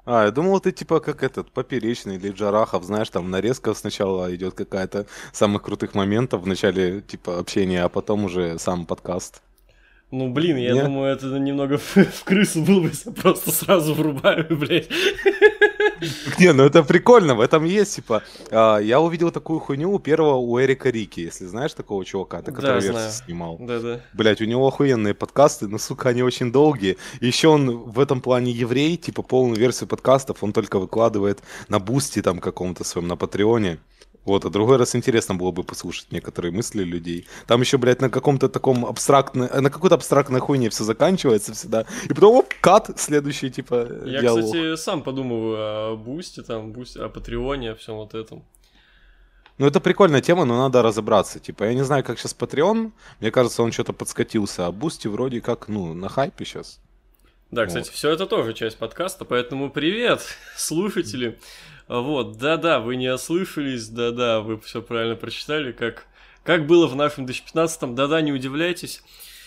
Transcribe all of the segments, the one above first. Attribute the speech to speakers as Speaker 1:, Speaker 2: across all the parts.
Speaker 1: Я думал, ты типа как этот, Поперечный или Джарахов, знаешь, там нарезка сначала идет какая-то самых крутых моментов в начале типа общения, а потом уже сам подкаст.
Speaker 2: Ну, блин, я
Speaker 1: Не?
Speaker 2: думаю, это немного в крысу был бы, если я просто сразу врубаю, блядь.
Speaker 1: Не, ну это прикольно, в этом есть, типа, я увидел такую хуйню у первого у Эрика Рики, если знаешь такого чувака, ты
Speaker 2: Да,
Speaker 1: который версии
Speaker 2: знаю.
Speaker 1: снимал.
Speaker 2: Да-да.
Speaker 1: Блять, у него охуенные подкасты, но, сука, они очень долгие. Еще он в этом плане еврей, типа полную версию подкастов он только выкладывает на Бусти там каком-то своем, на Патреоне. Вот, а другой раз интересно было бы послушать некоторые мысли людей. Там еще, блядь, на каком-то таком на какой-то абстрактной хуйне все заканчивается всегда. И потом, оп, кат, следующий, типа,
Speaker 2: Я,
Speaker 1: диалог.
Speaker 2: кстати, сам подумываю о Бусте, там, о Патреоне, о всем вот этом.
Speaker 1: Ну, это прикольная тема, но надо разобраться. Типа, я не знаю, как сейчас Patreon. Мне кажется, он что-то подскатился. А Бусти вроде как, ну, на хайпе сейчас.
Speaker 2: Да, кстати,
Speaker 1: Вот.
Speaker 2: все это тоже часть подкаста, поэтому привет, слушатели. Вот, да-да, вы не ослышались, да-да, вы все правильно прочитали, как было в нашем 2015-м, да-да, не удивляйтесь.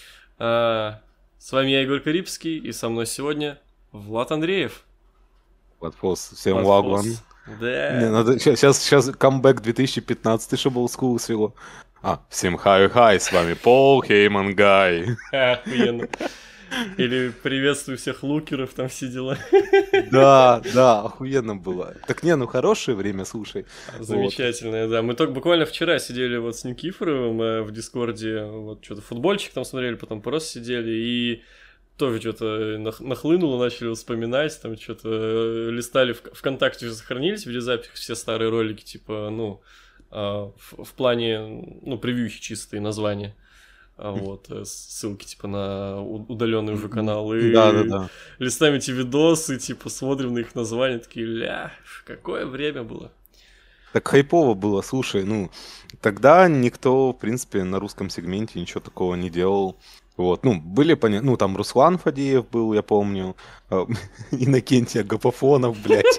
Speaker 2: С вами я, Егор Карибский, и со мной сегодня Влад Андреев.
Speaker 1: Ватфос, всем вагван.
Speaker 2: Владфос.
Speaker 1: Не,
Speaker 2: Да,
Speaker 1: надо, сейчас камбэк 2015, чтобы олдскул свело. Всем хай-хай, с вами Пол Хейман Гай.
Speaker 2: охуенно. Или приветствую всех лукеров, там все дела.
Speaker 1: Да, да, охуенно было. Так не, ну хорошее время, слушай. Вот.
Speaker 2: Замечательно, да. Мы только буквально вчера сидели вот с Никифоровым в Дискорде, вот что-то футбольчик там смотрели, потом просто сидели и тоже что-то нахлынуло, начали вспоминать, там что-то листали, ВКонтакте уже сохранились видеозаписи, все старые ролики, типа, ну, в плане, ну, превьюхи чистые названия. Вот, ссылки, типа, на удаленный уже канал.
Speaker 1: Да, да,
Speaker 2: И
Speaker 1: да.
Speaker 2: листаем эти видосы, типа, смотрим на их названия, такие, ля, какое время было.
Speaker 1: Так хайпово было, слушай, ну, тогда никто, в принципе, на русском сегменте ничего такого не делал. Вот, ну, были, ну, там Руслан Фадеев был, я помню, Иннокентий Агапофонов, блядь.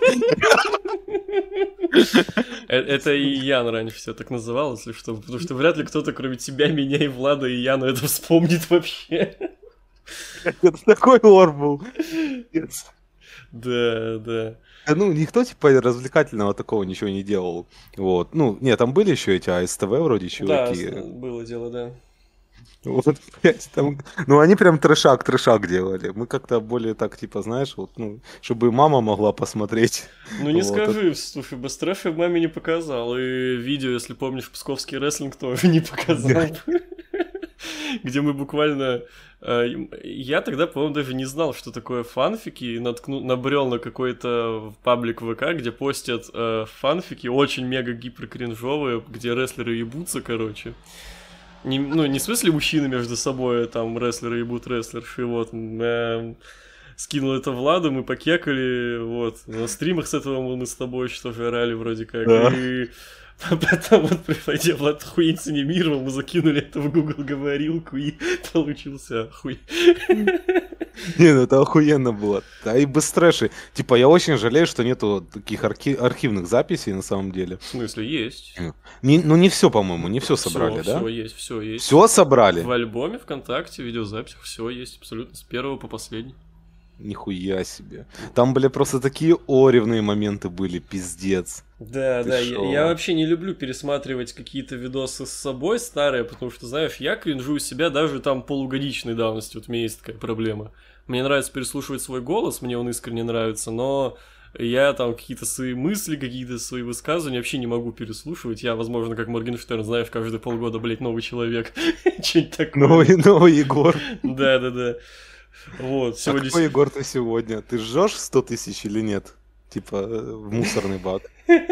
Speaker 2: Это и Ян раньше все так называл, если что, потому что вряд ли кто-то, кроме тебя, меня и Влада, и Яна это вспомнит вообще.
Speaker 1: Это такой ор был. Пиздец.
Speaker 2: Да, да.
Speaker 1: Ну, никто, типа, развлекательного такого ничего не делал. Вот, ну, нет, там были еще эти АСТВ вроде
Speaker 2: Да,
Speaker 1: чуваки.
Speaker 2: было дело, да.
Speaker 1: Вот, блядь, там, ну, они прям трешак делали. Мы как-то более так, типа, знаешь, вот, ну, чтобы мама могла посмотреть.
Speaker 2: Ну не
Speaker 1: Вот,
Speaker 2: скажи, слушай, Бестреф маме не показал, и видео, если помнишь, псковский рестлинг тоже не показал. Где мы буквально... Я тогда, по-моему, даже не знал, что такое фанфики, и набрел на какой-то паблик ВК, где постят фанфики, очень мега гипер кринжовые, где рестлеры ебутся, короче. Ну, не в смысле мужчины между собой, там, рестлеры ебут рестлерши, вот. Скинул это Владу, мы покекали, вот. На стримах с этого мы с тобой что-то орали вроде как,
Speaker 1: да.
Speaker 2: и... Потом вот приходя Влад хуйнь с анимировал, мы закинули это в Google говорилку и получился хуй.
Speaker 1: Не, ну это охуенно было. Да и без трэши. Типа, я очень жалею, что нету таких архивных записей на самом деле.
Speaker 2: В смысле, есть.
Speaker 1: Ну, не все, по-моему, не все
Speaker 2: Все,
Speaker 1: собрали, да?
Speaker 2: все есть, все есть.
Speaker 1: Все
Speaker 2: В
Speaker 1: собрали?
Speaker 2: альбоме, ВКонтакте, в видеозаписях все есть абсолютно, с первого по последний.
Speaker 1: Нихуя себе. Там, бля, просто такие оревные моменты были, пиздец.
Speaker 2: Да,
Speaker 1: Ты
Speaker 2: да, я
Speaker 1: шо?
Speaker 2: вообще не люблю пересматривать какие-то видосы с собой старые, потому что, знаешь, я кринжую себя даже там полугодичной давности, вот у меня есть такая проблема. Мне нравится переслушивать свой голос, мне он искренне нравится, но я там какие-то свои мысли, какие-то свои высказывания вообще не могу переслушивать. Я, возможно, как Моргенштерн, знаешь, каждые полгода, блядь, новый человек. Что-нибудь такое.
Speaker 1: Новый Егор.
Speaker 2: Да, да, да. Вот,
Speaker 1: А
Speaker 2: сегодня...
Speaker 1: какой Егор ты сегодня? Ты жжешь 100 тысяч или нет? Типа, в мусорный бак.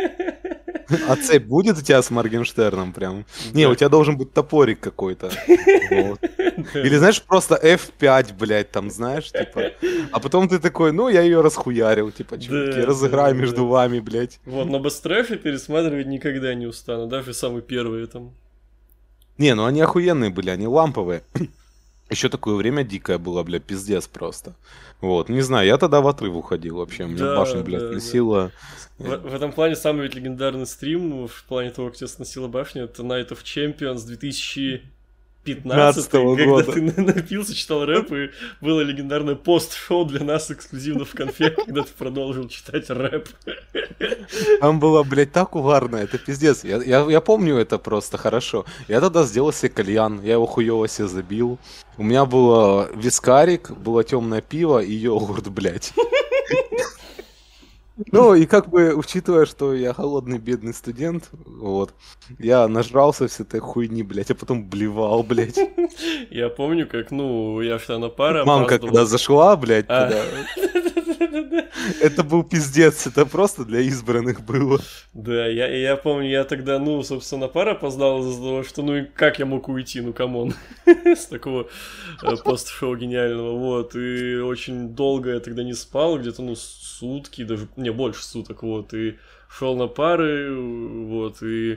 Speaker 1: А цепь будет у тебя с Моргенштерном прям? Не, у
Speaker 2: Да.
Speaker 1: тебя должен быть топорик какой-то. Вот.
Speaker 2: Да.
Speaker 1: Или, знаешь, просто F5, блядь, там, знаешь, типа. А потом ты такой, ну, я ее расхуярил, типа, чуваки,
Speaker 2: Да,
Speaker 1: разыграю
Speaker 2: да,
Speaker 1: между
Speaker 2: да.
Speaker 1: вами, блядь.
Speaker 2: Вот, но Бестрефи пересматривать никогда не устану, даже самый первый там.
Speaker 1: Не, ну они охуенные были, они ламповые. Еще такое время дикое было, бля, пиздец просто. Вот, не знаю, я тогда в отрыв уходил вообще, меня башню,
Speaker 2: Да,
Speaker 1: блядь,
Speaker 2: да, да.
Speaker 1: сносило.
Speaker 2: В этом плане самый легендарный стрим, в плане того, как тебя сносила башня, это Night of Champions 2000... 15-й,
Speaker 1: 15-го
Speaker 2: когда
Speaker 1: года.
Speaker 2: ты напился, читал рэп, и было легендарное пост-шоу для нас эксклюзивно в конфе, когда ты продолжил читать рэп.
Speaker 1: Там было, блядь, так угарно, это пиздец. Я помню это просто хорошо. Я тогда сделал себе кальян, я его хуёво себе забил. У меня было вискарик, было темное пиво и йогурт, блядь. Ну, и как бы, учитывая, что я голодный бедный студент, вот, я нажрался с этой хуйни, блядь, а потом блевал, блядь.
Speaker 2: Я помню, как, ну, я что на пары
Speaker 1: Мамка, когда
Speaker 2: опаздывал.
Speaker 1: зашла, блядь,
Speaker 2: А.
Speaker 1: тогда... Это был пиздец, это просто для избранных было.
Speaker 2: Да, я помню, я тогда, ну, собственно, на пару опоздал из-за того, что, ну, и как я мог уйти, ну, камон, с такого пост-шоу гениального, вот, и очень долго я тогда не спал, где-то, ну, сутки, даже, не, больше суток, вот, и шел на пары, вот, и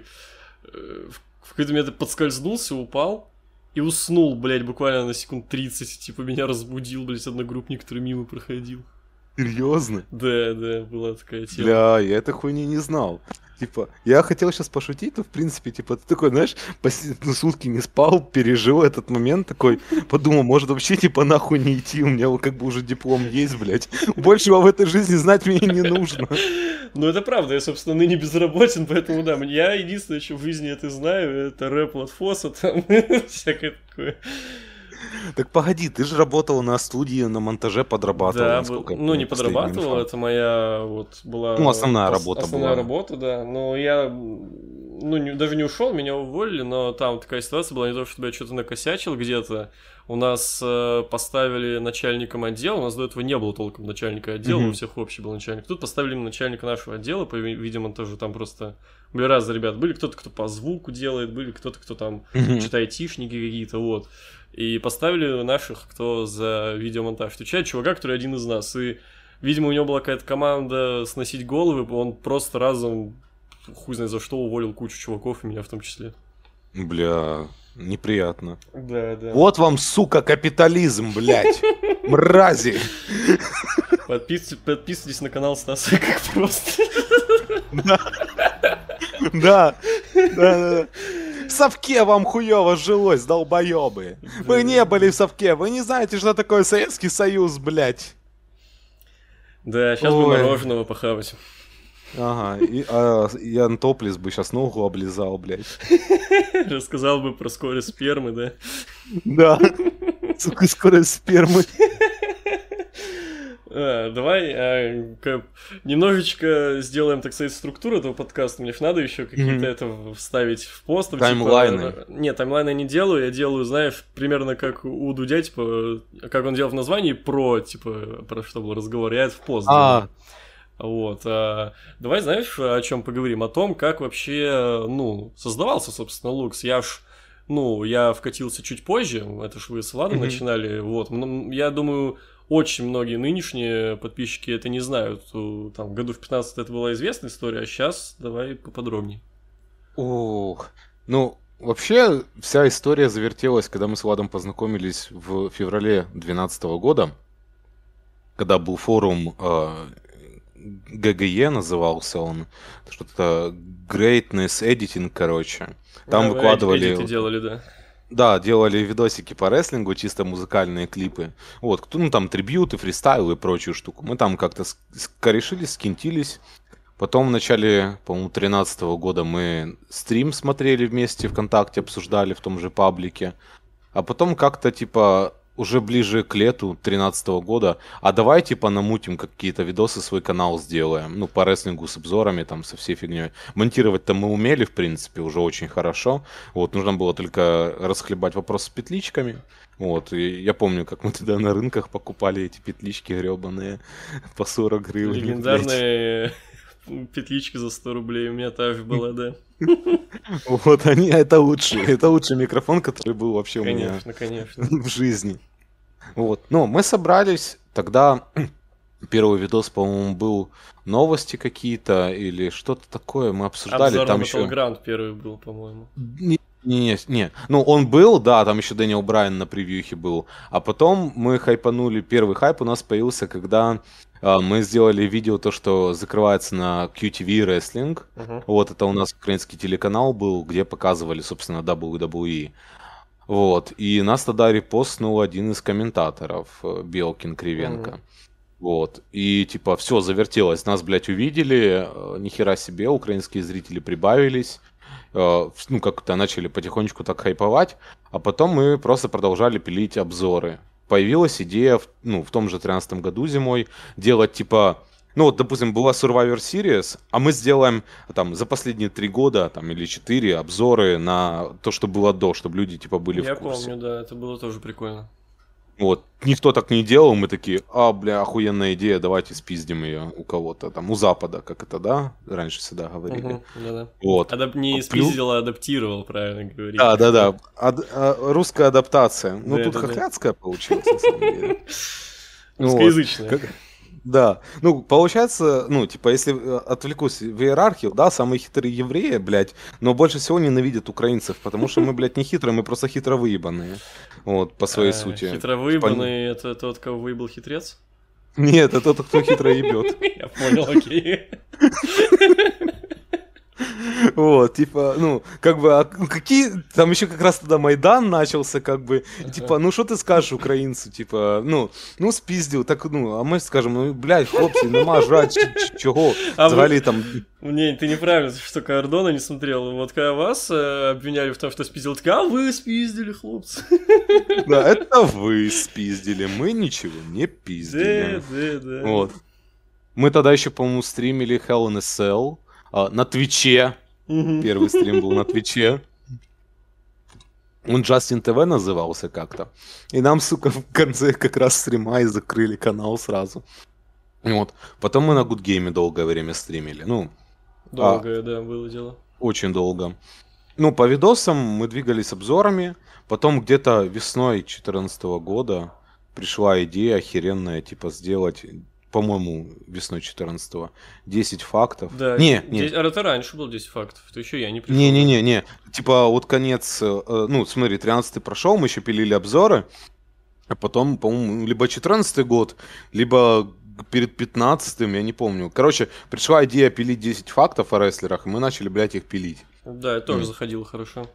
Speaker 2: в какой-то момент подскользнулся, упал, и уснул, блядь, буквально на секунд 30, типа, меня разбудил, блядь, одногруппник, который мимо проходил.
Speaker 1: Серьезно?
Speaker 2: Да, была такая тема.
Speaker 1: Бля, я этой хуйни не знал. Типа, я хотел сейчас пошутить, но в принципе, типа, ты такой, знаешь, сутки не спал, пережил этот момент, такой, подумал, может вообще, типа, нахуй не идти, у меня вот как бы уже диплом есть, блядь. Большего в этой жизни знать мне не нужно.
Speaker 2: Ну, это правда, я, собственно, ныне безработен, поэтому, да, я единственное, что в жизни это знаю, это рэп от Фоса, там, всякое такое.
Speaker 1: Так погоди, ты же работал на студии, на монтаже подрабатывал,
Speaker 2: Да,
Speaker 1: насколько я
Speaker 2: ну,
Speaker 1: помню,
Speaker 2: не
Speaker 1: последняя
Speaker 2: подрабатывал,
Speaker 1: инфа.
Speaker 2: это моя, вот, была...
Speaker 1: Ну, основная работа
Speaker 2: основная
Speaker 1: была.
Speaker 2: работа, да, но я, ну, даже не ушел, меня уволили, но там такая ситуация была, не то, чтобы я что-то накосячил где-то, у нас поставили начальником отдела, у нас до этого не было толком начальника отдела, у всех общий был начальник, тут поставили начальника нашего отдела, видимо, тоже там просто были разные ребята, были кто-то, кто по звуку делает, были кто-то, кто там, что-то айтишники какие-то, вот. И поставили наших, кто за видеомонтаж отвечает, чувака, который один из нас. И, видимо, у него была какая-то команда сносить головы, он просто разом, хуй знает за что, уволил кучу чуваков, и меня в том числе.
Speaker 1: Бля, неприятно.
Speaker 2: Да.
Speaker 1: Вот вам, сука, капитализм, блядь. Мрази.
Speaker 2: Подписывайтесь на канал Стаса как просто.
Speaker 1: Да. В совке вам хуёво жилось, долбоёбы. Вы не были в совке, вы не знаете, что такое Советский Союз, блядь.
Speaker 2: Да, сейчас бы мороженого похавать.
Speaker 1: Ага, и Антоплис бы сейчас ногу облизал, блядь.
Speaker 2: Рассказал бы про скорость спермы, да?
Speaker 1: Да, сука, скорость спермы.
Speaker 2: Давай немножечко сделаем, так сказать, структуру этого подкаста. Мне ж надо еще какие-то это вставить в пост.
Speaker 1: Таймлайны.
Speaker 2: Типа... Нет, таймлайны я не делаю. Я делаю, знаешь, примерно как у Дудя, типа, как он делал в названии про что был разговор. Я это в пост делаю. Вот. Давай, знаешь, о чем поговорим? О том, как вообще, ну, создавался, собственно, Лукс. Я вкатился чуть позже. Это ж вы с Владом начинали. Вот. Я думаю... Очень многие нынешние подписчики это не знают. Там, году в 15 это была известная история, а сейчас давай поподробнее.
Speaker 1: Ох, ну, вообще вся история завертелась, когда мы с Владом познакомились в феврале 2012 года, когда был форум ГГЕ, назывался он, что-то Greatness Editing, короче. Там выкладывали...
Speaker 2: Эдиты делали, да.
Speaker 1: Да, делали видосики по рестлингу, чисто музыкальные клипы. Вот, ну там трибьюты, фристайлы и прочую штуку. Мы там как-то скорешились, скинтились. Потом в начале, по-моему, 2013 года мы стрим смотрели вместе ВКонтакте, обсуждали в том же паблике. А потом как-то типа уже ближе к лету 2013 года, а давай типа намутим какие-то видосы, свой канал сделаем. Ну, по рестлингу с обзорами, там, со всей фигней. Монтировать-то мы умели, в принципе, уже очень хорошо. Вот, нужно было только расхлебать вопрос с петличками. Вот, и я помню, как мы тогда на рынках покупали эти петлички гребаные по 40 гривен.
Speaker 2: Легендарные петлички за 100 рублей у меня также была, да.
Speaker 1: Вот они, это лучший микрофон, который был вообще у меня в жизни. Вот, ну, мы собрались, тогда первый видос, по-моему, был новости какие-то или что-то такое, мы обсуждали.
Speaker 2: Обзор
Speaker 1: там
Speaker 2: на
Speaker 1: еще...
Speaker 2: Battleground первый был, по-моему.
Speaker 1: Не. Ну, он был, да, там еще Дэниел Брайан на превьюхе был. А потом мы хайпанули, первый хайп у нас появился, когда мы сделали видео, то, что закрывается на QTV Wrestling. Вот, это у нас украинский телеканал был, где показывали, собственно, WWE. Вот, и нас тогда репостнул один из комментаторов, Белкин Кривенко. Вот, и типа все завертелось, нас, блядь, увидели, нихера себе, украинские зрители прибавились, ну, как-то начали потихонечку так хайповать, а потом мы просто продолжали пилить обзоры. Появилась идея, в том же 13 году зимой делать типа, ну вот, допустим, была Survivor Series, а мы сделаем там за последние 3 года там, или 4 обзоры на то, что было до, чтобы люди типа были в курсе.
Speaker 2: Я помню, да, это было тоже прикольно.
Speaker 1: Вот, никто так не делал, мы такие, бля, охуенная идея, давайте спиздим ее у кого-то там, у Запада, как это, да, раньше всегда говорили.
Speaker 2: Да-да.
Speaker 1: Вот.
Speaker 2: Не спиздил, а адаптировал, правильно говорить.
Speaker 1: Да. Русская адаптация. Ну,
Speaker 2: Да,
Speaker 1: тут
Speaker 2: да.
Speaker 1: хохлядская получилась, на самом деле.
Speaker 2: Русскоязычная.
Speaker 1: Да, ну, получается, ну, типа, если отвлекусь в иерархию, да, самые хитрые евреи, блядь, но больше всего ненавидят украинцев, потому что мы, блядь, не хитрые, мы просто хитро выебанные, вот, по своей сути.
Speaker 2: Хитро выебанный — это тот, кого выебал хитрец?
Speaker 1: Нет, это тот, кто хитро ебет.
Speaker 2: Я понял, окей.
Speaker 1: Вот, типа, ну, как бы, а какие, там еще как раз тогда Майдан начался, как бы, типа, ну, что ты скажешь украинцу, типа, ну, спиздил, так, ну, а мы скажем, ну, блядь, хлопцы, нема жрать, чего, взагалі там...
Speaker 2: Не, ты неправильно, что Гордона не смотрел, вот когда вас обвиняли в том, что спиздил, так, а вы спиздили, хлопцы.
Speaker 1: Да, это вы спиздили, мы ничего не пиздили.
Speaker 2: Да.
Speaker 1: Вот. Мы тогда еще, по-моему, стримили Hell in a Cell на Твиче. Первый стрим был на Твиче. Он Justin TV назывался как-то. И нам, сука, в конце как раз стрима и закрыли канал сразу. Вот. Потом мы на Good Game долгое время стримили. Ну,
Speaker 2: долгое, да, было дело.
Speaker 1: Очень долго. Ну, по видосам мы двигались обзорами. Потом где-то весной 2014 года пришла идея охеренная, типа, сделать... По-моему, весной 14-го. 10 фактов.
Speaker 2: Да,
Speaker 1: Не.
Speaker 2: Это раньше было 10 фактов. То еще я не пришел.
Speaker 1: Не. Типа, вот конец... Ну, смотри, 13-й прошел, мы еще пилили обзоры. А потом, по-моему, либо 14-й год, либо перед 15-м, я не помню. Короче, пришла идея пилить 10 фактов о рестлерах, и мы начали, блядь, их пилить.
Speaker 2: Да, это тоже заходило хорошо.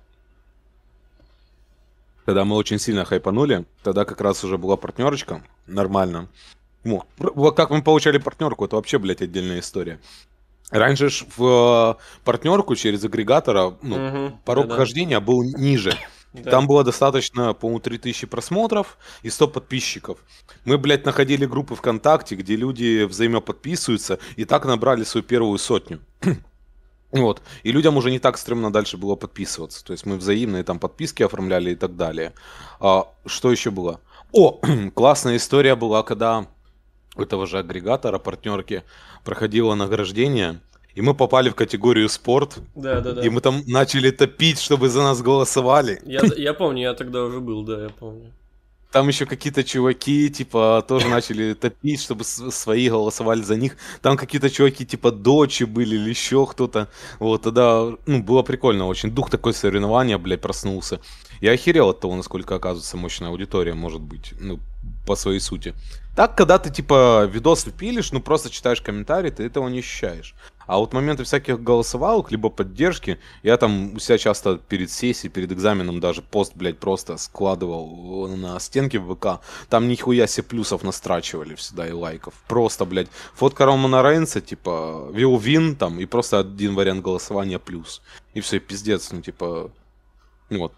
Speaker 1: Тогда мы очень сильно хайпанули. Тогда как раз уже была партнерочка. Нормально. Вот как мы получали партнерку, это вообще, блядь, отдельная история. Раньше ж в партнерку через агрегатора порог хождения был ниже. Да. Там было достаточно, по-моему, 3000 просмотров и 100 подписчиков. Мы, блядь, находили группы ВКонтакте, где люди взаимоподписываются, и так набрали свою первую 100. Вот. И людям уже не так стрёмно дальше было подписываться. То есть мы взаимные там подписки оформляли и так далее. Что еще было? Классная история была, когда у этого же агрегатора, партнерки, проходило награждение, и мы попали в категорию спорт.
Speaker 2: Да.
Speaker 1: И мы там начали топить, чтобы за нас голосовали.
Speaker 2: Я помню, я тогда уже был, да, я помню.
Speaker 1: Там еще какие-то чуваки, типа, тоже начали топить, чтобы свои голосовали за них. Там какие-то чуваки, типа, дочи были или еще кто-то. Вот, тогда, было прикольно очень. Дух такой соревнования, блядь, проснулся. Я охерел от того, насколько, оказывается, мощная аудитория может быть, по своей сути. Так, когда ты, типа, видосы пилишь, просто читаешь комментарии, ты этого не ощущаешь. А вот моменты всяких голосовалок, либо поддержки, я там у себя часто перед сессией, перед экзаменом даже пост, блядь, просто складывал на стенке в ВК. Там нихуя себе плюсов настрачивали всегда и лайков. Просто, блядь, фотка Романа Рейнса, типа, вин там, и просто один вариант голосования плюс. И все, пиздец, вот.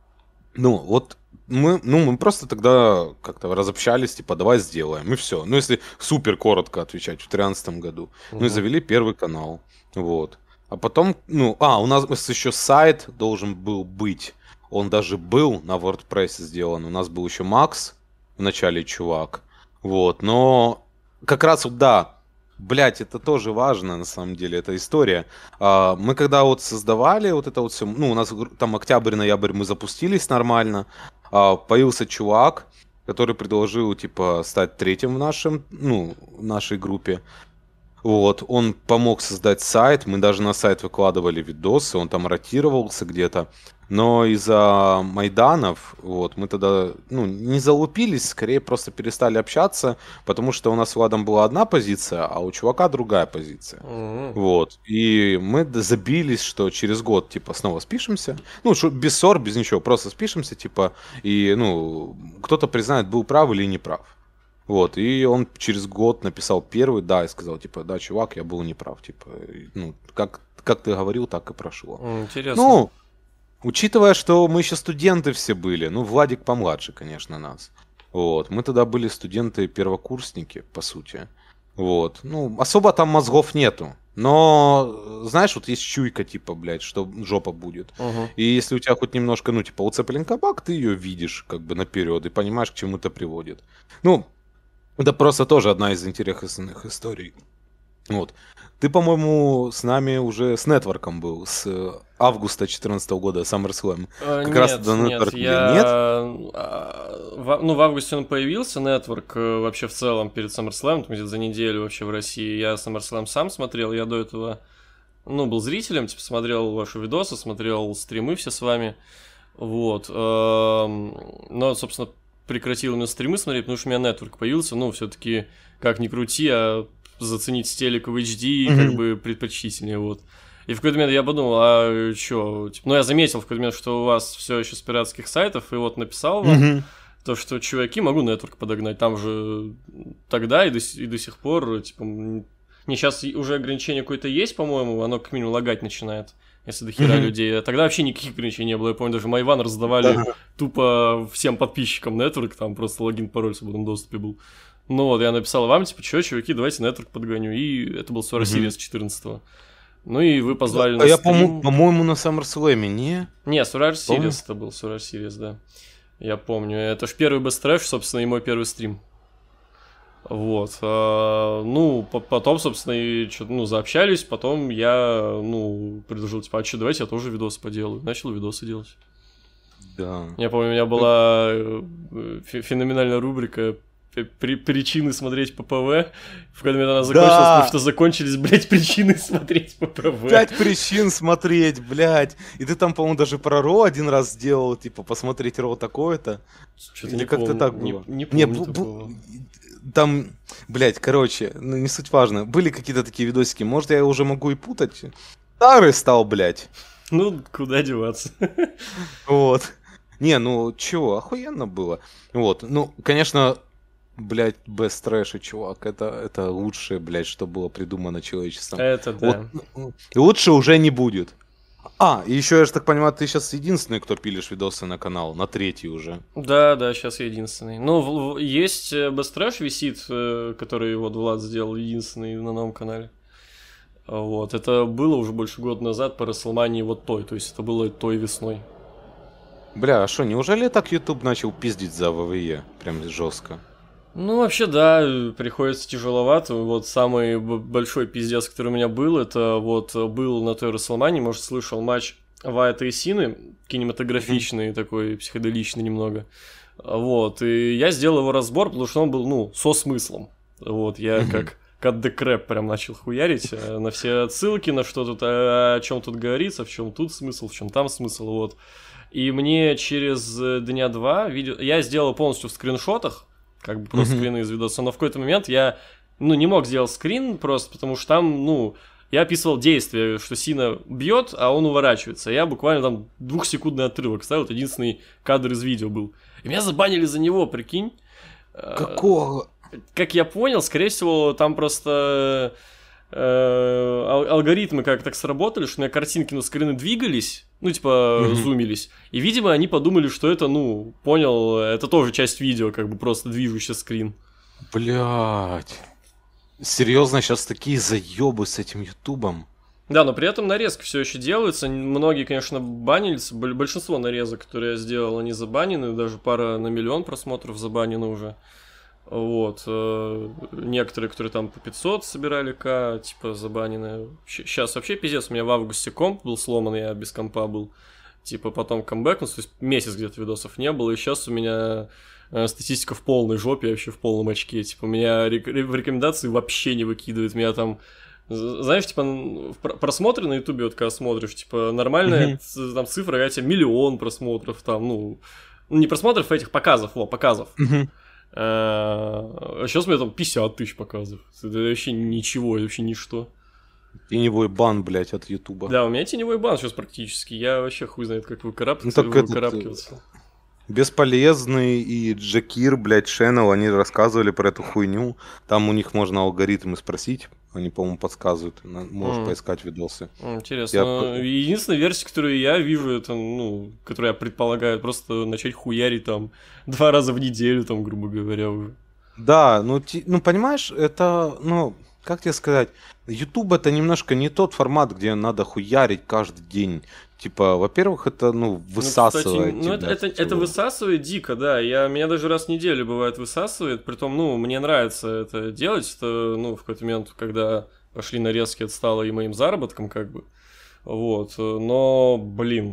Speaker 1: Вот мы просто тогда как-то разобщались, типа, давай сделаем, и все. Если супер коротко отвечать, в 2013 году. И завели первый канал, вот. А потом, у нас еще сайт должен был быть. Он даже был на WordPress сделан. У нас был еще Макс в начале, чувак. Вот, но как раз да, блять, это тоже важно, на самом деле, эта история. Мы когда создавали это все, у нас там октябрь-ноябрь мы запустились нормально. Появился чувак, который предложил, типа, стать третьим в нашей группе. Вот, он помог создать сайт, мы даже на сайт выкладывали видосы, он там ротировался где-то. Но из-за Майданов, вот, мы тогда, ну, не залупились, скорее просто перестали общаться, потому что у нас с Владом была одна позиция, а у чувака другая позиция. Вот. И мы забились, что через год, типа, снова спишемся. Ну, без ссор, без ничего, просто спишемся, типа, и, ну, кто-то признает, был прав или не прав. Вот, и он через год написал первый, да, и сказал, типа, да, чувак, я был неправ, типа, ну, как ты говорил, так и прошло.
Speaker 2: Интересно.
Speaker 1: Ну, учитывая, что мы еще студенты все были, ну, Владик помладше, конечно, нас. Вот, мы тогда были студенты-первокурсники, по сути. Вот, ну, особо там мозгов нету. Но, знаешь, вот есть чуйка, типа, блядь, что жопа будет. И если у тебя хоть немножко, ну, типа, уцеплен кабак, ты ее видишь, как бы, наперед, и понимаешь, к чему это приводит. Ну, это просто тоже одна из интересных историй. Вот. Ты, по-моему, с нами уже с нетворком был, с августа 2014 года, SummerSlam. Как раз тогда нетворк был. Нет?
Speaker 2: В августе он появился, нетворк, вообще в целом перед SummerSlam, где-то за неделю вообще в России. Я SummerSlam сам смотрел, я до этого, ну, был зрителем, типа, смотрел ваши видосы, смотрел стримы все с вами. Вот. Но, собственно, прекратил именно стримы смотреть, потому что у меня нетворк появился, ну, все-таки, как ни крути, а заценить с телека в HD как бы предпочтительнее, вот. И в какой-то момент я подумал, а чё, типа, ну, я заметил в какой-то момент, что у вас все еще с пиратских сайтов, и вот написал вам то, что, чуваки, могу нетворк подогнать, там же тогда и до сих пор, типа, не, сейчас уже ограничение какое-то есть, по-моему, оно как минимум лагать начинает. Если до хера людей. А тогда вообще никаких ограничений не было. Я помню, даже Майван раздавали тупо всем подписчикам нетворк, там просто логин, пароль в свободном доступе был. Ну вот, я написал вам, типа, чё, чуваки, давайте нетворк подгоню. И это был Survivor Series 14-го. Ну и вы позвали на стрим.
Speaker 1: По-моему, на SummerSlam, не?
Speaker 2: Не, Survivor Series это был, Survivor Series, да. Я помню. Это ж первый Best Trash, собственно, и мой первый стрим. Вот, ну, потом, собственно, и что-то, ну, заобщались, потом я, ну, предложил, типа, а что, давайте я тоже видосы поделаю. Начал видосы делать.
Speaker 1: Да.
Speaker 2: Я помню, у меня была феноменальная рубрика «Причины смотреть ППВ». В какой-то момент она закончилась, потому что закончились, блядь, причины смотреть ППВ.
Speaker 1: 5 причин смотреть, блядь. И ты там, по-моему, даже про Ро один раз сделал, типа, посмотреть Ро такое-то.
Speaker 2: Что-то не как-то так было. Не помню такого.
Speaker 1: Там, блядь, короче, ну не суть важно. Были какие-то такие видосики, может, я уже могу и путать. Старый стал, блядь.
Speaker 2: Ну, куда деваться.
Speaker 1: Вот. Не, ну, чего, охуенно было. Вот, ну, конечно, блядь, Best Trash, чувак, это лучшее, блядь, что было придумано человечеством.
Speaker 2: Это да.
Speaker 1: Вот, лучше уже не будет. А, и еще, я же так понимаю, ты сейчас единственный, кто пилишь видосы на канал, на третий уже.
Speaker 2: Да, сейчас я единственный. Ну, есть Best Trash висит, который вот Влад сделал, единственный на новом канале. Вот, это было уже больше года назад по WrestleMania вот той, то есть это было той весной.
Speaker 1: Бля, а что, неужели так YouTube начал пиздить за ВВЕ? Прям жестко.
Speaker 2: Ну, вообще, да, приходится тяжеловато. Вот самый большой пиздец, который у меня был, это вот был на той WrestleMania, может, слышал матч Вайта и Сины, кинематографичный такой, психоделичный немного. Вот, и я сделал его разбор, потому что он был, ну, со смыслом. Вот, я как Cut the Crap прям начал хуярить на все отсылки, на что тут, о чем тут говорится, в чем тут смысл, в чем там смысл, вот. И мне через дня два видео... Я сделал полностью в скриншотах, как бы просто скрины из видоса, но в какой-то момент я, ну, не мог сделать скрин просто, потому что там, ну, я описывал действие, что Сина бьет, а он уворачивается. Я буквально там 2-секундный отрывок ставил, это единственный кадр из видео был. И меня забанили за него, прикинь.
Speaker 1: Какого?
Speaker 2: Как я понял, скорее всего, там просто алгоритмы как так сработали, что у меня картинки, ну, скрины двигались, ну, типа, зумились. И, видимо, они подумали, что это, ну, понял, это тоже часть видео, как бы просто движущий скрин.
Speaker 1: Блять. Серьезно, сейчас такие заебы с этим Ютубом.
Speaker 2: Да, но при этом нарезки все еще делаются. Многие, конечно, банились. Большинство нарезок, которые я сделал, они забанены. Даже пара на 1 миллион просмотров забанены уже. Вот. Некоторые, которые там по 500 собирали типа забанены. Сейчас вообще пиздец. У меня в августе комп был сломан, я без компа был. Типа потом камбэкнулся, то есть месяц где-то видосов не было. И сейчас у меня статистика в полной жопе, вообще в полном очке. Типа, меня в рекомендации вообще не выкидывает. Меня там, знаешь, типа, просмотры на Ютубе, вот когда смотришь, типа, нормальная там цифра, я тебе 1 миллион просмотров, там, ну, не просмотров, а этих показов, показов. А сейчас у меня там 50 тысяч показов. Это вообще ничего, это вообще ничто.
Speaker 1: Теневой бан, блядь, от Ютуба.
Speaker 2: Да, у меня теневой бан сейчас практически. Я вообще хуй знает, как выкарабкиваться.
Speaker 1: Бесполезный и Джакир, блядь, Шеннел, они рассказывали про эту хуйню. Там у них можно алгоритмы спросить. Они, по-моему, подсказывают. Можешь поискать видосы.
Speaker 2: Интересно. Единственная версия, которую я вижу, это, ну, которую я предполагаю, просто начать хуярить там 2 раза в неделю, там, грубо говоря, уже.
Speaker 1: Да, ну, понимаешь, это, ну, как тебе сказать, YouTube это немножко не тот формат, где надо хуярить каждый день. Типа, во-первых, это, ну, высасывает.
Speaker 2: Ну, кстати, это высасывает дико, да. Меня даже раз в неделю, бывает, высасывает. Притом, ну, мне нравится это делать. Это, ну, в какой-то момент, когда пошли нарезки, это стало и моим заработком, как бы. Вот. Но, блин...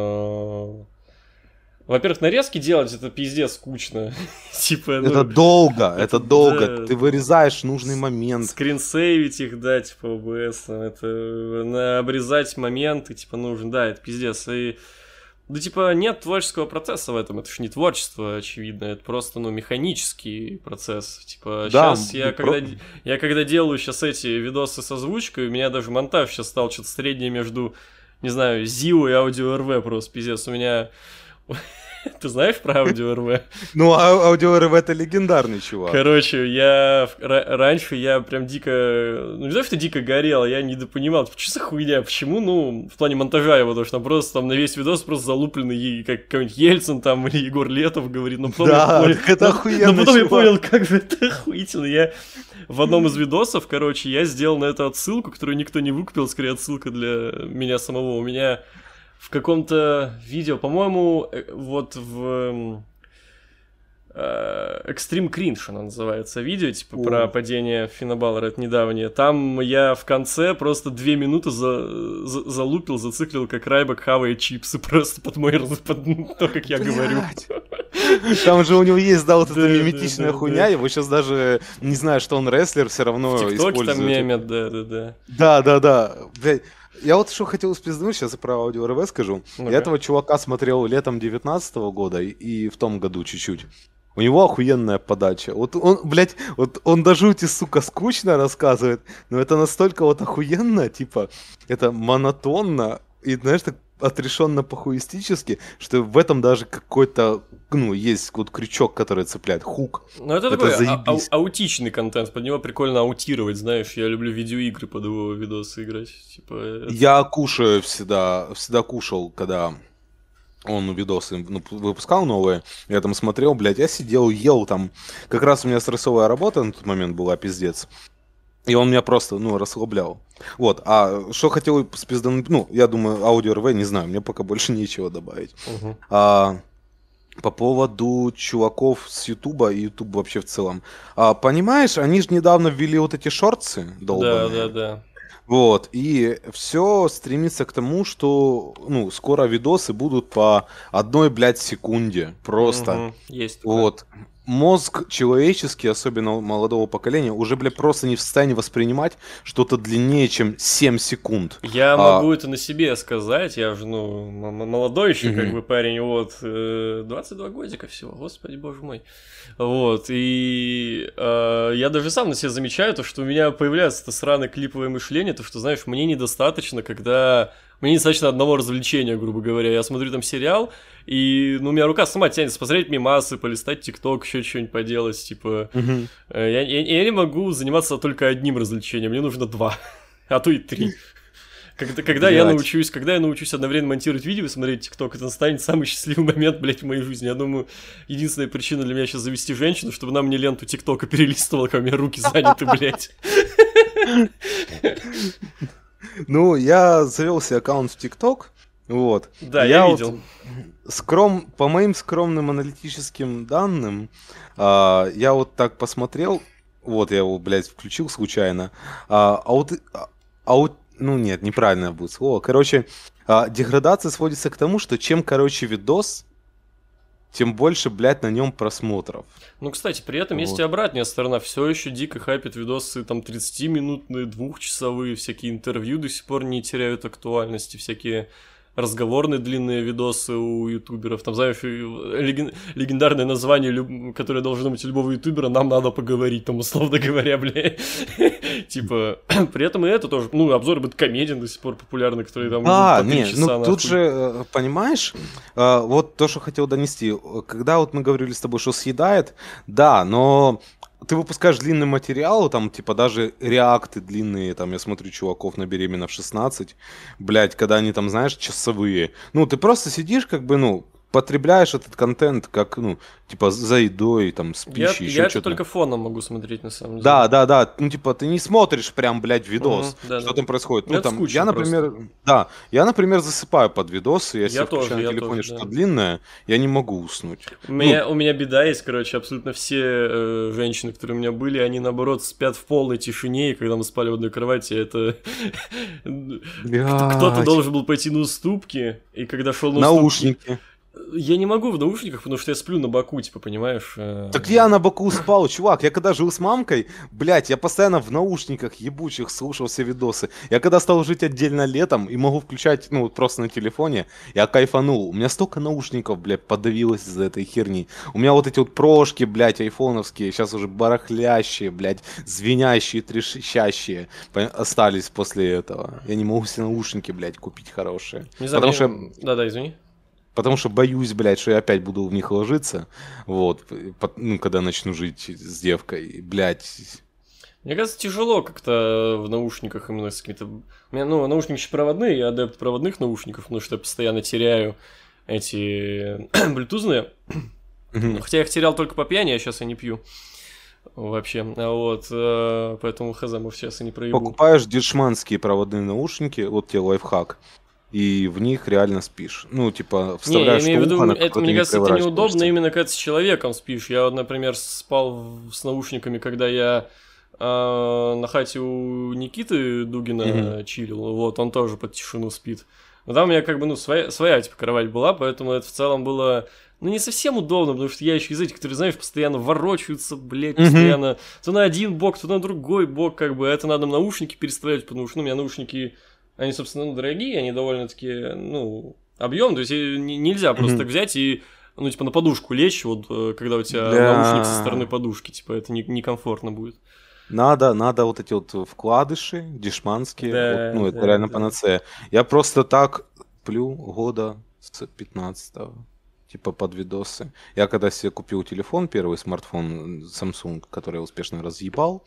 Speaker 2: Во-первых, нарезки делать это пиздец скучно. Типа,
Speaker 1: это долго, это долго. Да, ты вырезаешь нужный момент.
Speaker 2: Скринсейвить их, да, типа OBS. Это обрезать моменты, типа, нужно, да, это пиздец. И, да, типа, нет творческого процесса в этом. Это ж не творчество, очевидно. Это просто, ну, механический процесс. Типа, да, сейчас я когда делаю сейчас эти видосы с озвучкой, у меня даже монтаж сейчас стал что-то среднее между, не знаю, ZIO и Audio RV просто, пиздец. У меня... Ты знаешь про Audio RV?
Speaker 1: Ну, Audio RV это легендарный чувак.
Speaker 2: Короче, раньше я прям дико... Ну, не знаю, что дико горел, я недопонимал, что за хуйня, почему, ну, в плане монтажа его, потому что там просто там на весь видос просто залупленный, как какой-нибудь Ельцин там или Егор Летов говорит, но потом
Speaker 1: да, это охуенно.
Speaker 2: Но потом я понял, как же это охуительно. Я в одном из видосов, короче, я сделал на это отсылку, которую никто не выкупил, скорее отсылка для меня самого. У меня... В каком-то видео, по-моему, вот в Extreme Cringe оно называется видео, типа про падение Финна Балора, это недавнее. Там я в конце просто 2 минуты залупил, зациклил, как Райбек хавает чипсы просто под то, как я говорю.
Speaker 1: Там же у него есть, да, вот эта миметичная хуйня, его сейчас даже, не знаю, что он рестлер, все равно использует.
Speaker 2: В ТикТоке там мемят, да.
Speaker 1: Да. Блядь. Я вот что хотел спизднуть, сейчас про Audio RV скажу. Я этого чувака смотрел летом 2019 года и в том году чуть-чуть. У него охуенная подача. Вот он, блядь, вот он до жути, сука, скучно рассказывает, но это настолько вот охуенно, типа, это монотонно и, знаешь, так отрешенно похуистически, что в этом даже какой-то, ну, есть вот крючок, который цепляет, хук.
Speaker 2: Ну, это такой аутичный контент, под него прикольно аутировать, знаешь, я люблю видеоигры под его видосы играть. Типа, это...
Speaker 1: Я кушаю всегда кушал, когда он видосы выпускал новые, я там смотрел, блядь, я сидел, ел там, как раз у меня стрессовая работа на тот момент была, пиздец. И он меня просто, ну, расслаблял. Вот, а что хотел спиздануть, ну, я думаю, Audio RV, не знаю, мне пока больше нечего добавить. По поводу чуваков с Ютуба и Ютуб вообще в целом. Понимаешь, они же недавно ввели вот эти шортсы долбаные.
Speaker 2: Да.
Speaker 1: Вот, и все стремится к тому, что, ну, скоро видосы будут по 1, блядь, секунде. Просто.
Speaker 2: Есть.
Speaker 1: Вот. Мозг человеческий, особенно молодого поколения, уже, блядь, просто не в состоянии воспринимать что-то длиннее, чем 7 секунд.
Speaker 2: Я могу это на себе сказать, я же, ну, молодой еще, как бы, парень, вот, 22 годика всего, господи, боже мой. Вот, и я даже сам на себе замечаю то, что у меня появляется это сраное клиповое мышление, то, что, знаешь, мне недостаточно, когда... Мне недостаточно одного развлечения, грубо говоря. Я смотрю там сериал, и, ну, у меня рука сама тянется посмотреть мемасы, полистать ТикТок, еще что-нибудь поделать, типа. Я не могу заниматься только одним развлечением, мне нужно 2, а то и 3. Когда я научусь одновременно монтировать видео и смотреть ТикТок, это станет самый счастливый момент, блядь, в моей жизни. Я думаю, единственная причина для меня сейчас завести женщину, чтобы она мне ленту ТикТока перелистывала, когда у меня руки заняты, блядь.
Speaker 1: Ну, я завел себе аккаунт в ТикТок, вот.
Speaker 2: Да, я видел.
Speaker 1: Вот, по моим скромным аналитическим данным, я вот так посмотрел, вот я его, блядь, включил случайно, ну нет, неправильно будет слово, короче, деградация сводится к тому, что чем короче видос, тем больше, блядь, на нем просмотров.
Speaker 2: Ну, кстати, при этом есть
Speaker 1: Вот.
Speaker 2: и обратная сторона. Все еще дико хайпят видосы там 30-минутные, двухчасовые, всякие интервью до сих пор не теряют актуальности, всякие разговорные длинные видосы у ютуберов. Там, знаешь, легендарное название, которое должно быть у любого ютубера, нам надо поговорить, там, условно говоря, бля. Типа, при этом и это тоже, ну, обзоры бэдкомедиан до сих пор популярны, которые там
Speaker 1: А,
Speaker 2: по 3
Speaker 1: не,
Speaker 2: часа.
Speaker 1: ну тут же, понимаешь, вот то, что хотел донести. Когда вот мы говорили с тобой, что съедает, да, но ты выпускаешь длинный материал, там, типа, даже реакты длинные, там, я смотрю чуваков на беременна в 16, блядь, когда они там, знаешь, часовые. Ну, ты просто сидишь, как бы, ну, потребляешь этот контент, как, ну, типа, за едой, там, с пищей,
Speaker 2: Я
Speaker 1: еще
Speaker 2: это
Speaker 1: что-то.
Speaker 2: только фоном могу смотреть, на самом деле.
Speaker 1: Да, да, да, ну, типа, ты не смотришь прям, блядь, видос,
Speaker 2: Да,
Speaker 1: что
Speaker 2: да.
Speaker 1: там происходит.
Speaker 2: Ну,
Speaker 1: Ну,
Speaker 2: это
Speaker 1: там,
Speaker 2: скучно
Speaker 1: я, например, да, я, например, засыпаю под видосы, если я включаю на телефоне
Speaker 2: тоже,
Speaker 1: что-то
Speaker 2: да.
Speaker 1: длинное, я не могу уснуть.
Speaker 2: У меня беда есть, короче, абсолютно все женщины, которые у меня были, они, наоборот, спят в полной тишине, и когда мы спали в одной кровати, это... Кто-то
Speaker 1: Блядь,
Speaker 2: должен был пойти на уступки, и когда шел на уступки...
Speaker 1: наушники.
Speaker 2: Я не могу в наушниках, потому что я сплю на боку, типа, понимаешь?
Speaker 1: Так я на боку спал, чувак. Я когда жил с мамкой, блядь, я постоянно в наушниках ебучих слушал все видосы. Я когда стал жить отдельно летом и могу включать, ну, вот просто на телефоне, я кайфанул. У меня столько наушников, блядь, подавилось из-за этой херни. У меня вот эти вот прошки, блядь, айфоновские, сейчас уже барахлящие, блядь, звенящие, трещащие остались после этого. Я не могу себе наушники, блядь, купить хорошие.
Speaker 2: Не знаю,
Speaker 1: Потому что...
Speaker 2: Да-да, извини.
Speaker 1: Потому что боюсь, блядь, что я опять буду в них ложиться, вот, ну, когда начну жить с девкой, блядь.
Speaker 2: Мне кажется, тяжело как-то в наушниках именно с какими-то... У меня, ну, наушники еще проводные, я адепт проводных наушников, потому что я постоянно теряю эти блютузные. Хотя я их терял только по пьяни, а сейчас я не пью. Вообще, вот, поэтому хз, может, сейчас я не проебу.
Speaker 1: Покупаешь дешманские проводные наушники, вот тебе лайфхак, и в них реально спишь. Ну, типа, вставляешь
Speaker 2: не, я имею в виду,
Speaker 1: на
Speaker 2: это,
Speaker 1: которое
Speaker 2: мне
Speaker 1: не
Speaker 2: кажется, это неудобно
Speaker 1: переворачиваешься.
Speaker 2: именно когда с человеком спишь. Я, вот, например, спал с наушниками, когда я на хате у Никиты Дугина чилил, вот, он тоже под тишину спит. Но там у меня как бы, ну, своя типа кровать была, поэтому это в целом было, ну, не совсем удобно, потому что я еще из этих, которые, знаешь, постоянно ворочаются, блядь, постоянно то на один бок, то на другой бок, как бы, это надо наушники переставлять, потому что, ну, у меня наушники, они, собственно, ну, дорогие, они довольно-таки, ну, объем, то есть нельзя просто так взять и, ну, типа, на подушку лечь, вот, когда у тебя наушник со стороны подушки, типа, это некомфортно будет.
Speaker 1: Надо вот эти вот вкладыши дешманские,
Speaker 2: Да,
Speaker 1: вот, ну, это
Speaker 2: да,
Speaker 1: реально
Speaker 2: да.
Speaker 1: панацея. Я просто так плю года с 15-го, типа под видосы. Я когда себе купил телефон, первый смартфон Samsung, который я успешно разъебал,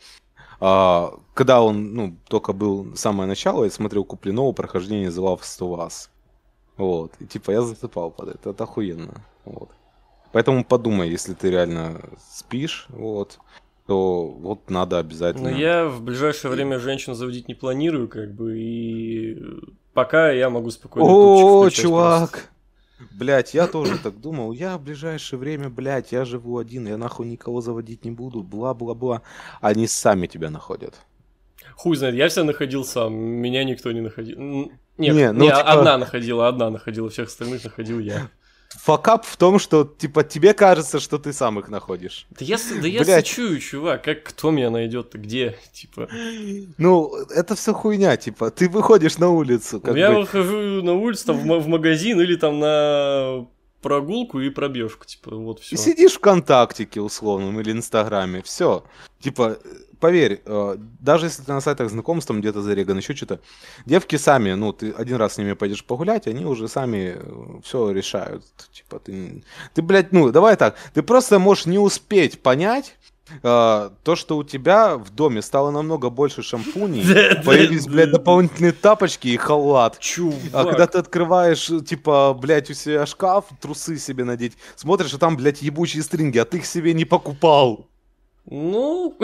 Speaker 1: когда он, ну, только был самое начало, я смотрел купленного прохождения The Last of Us. Вот, и типа я засыпал под это охуенно, вот. Поэтому подумай, если ты реально спишь, вот, то вот надо обязательно.
Speaker 2: Но я в ближайшее время женщин заводить не планирую, как бы, и пока я могу спокойно ютубчик
Speaker 1: О,
Speaker 2: включать
Speaker 1: чувак!
Speaker 2: просто.
Speaker 1: Блять, я тоже так думал. Я в ближайшее время, блять, я живу один, я нахуй никого заводить не буду, бла-бла-бла. Они сами тебя находят.
Speaker 2: Хуй знает, я всегда находил сам, меня никто не находил.
Speaker 1: Не, ну, типа-
Speaker 2: одна находила, всех остальных находил я.
Speaker 1: Факап в том, что, типа, тебе кажется, что ты сам их находишь.
Speaker 2: Да я
Speaker 1: Блядь.
Speaker 2: сычую, чувак, как кто меня найдет-то, где, типа.
Speaker 1: Ну, это все хуйня, типа, ты выходишь на улицу, как
Speaker 2: Я
Speaker 1: бы.
Speaker 2: выхожу на улицу, там, в магазин или там на прогулку и пробежку, типа, вот все.
Speaker 1: И сидишь ВКонтактике условном или Инстаграме, все. Типа, поверь, даже если ты на сайтах знакомств, там где-то зареган, еще что-то, девки сами, ну, ты один раз с ними пойдешь погулять, они уже сами все решают. Типа, ты, блядь, ну, давай так, ты просто можешь не успеть понять, то, что у тебя в доме стало намного больше шампуней, появились, блядь, дополнительные тапочки и халат. А когда
Speaker 2: Чувак,
Speaker 1: ты открываешь, типа, блядь, у себя шкаф, трусы себе надеть, смотришь, а там, блядь, ебучие стринги, а ты их себе не покупал.
Speaker 2: ну...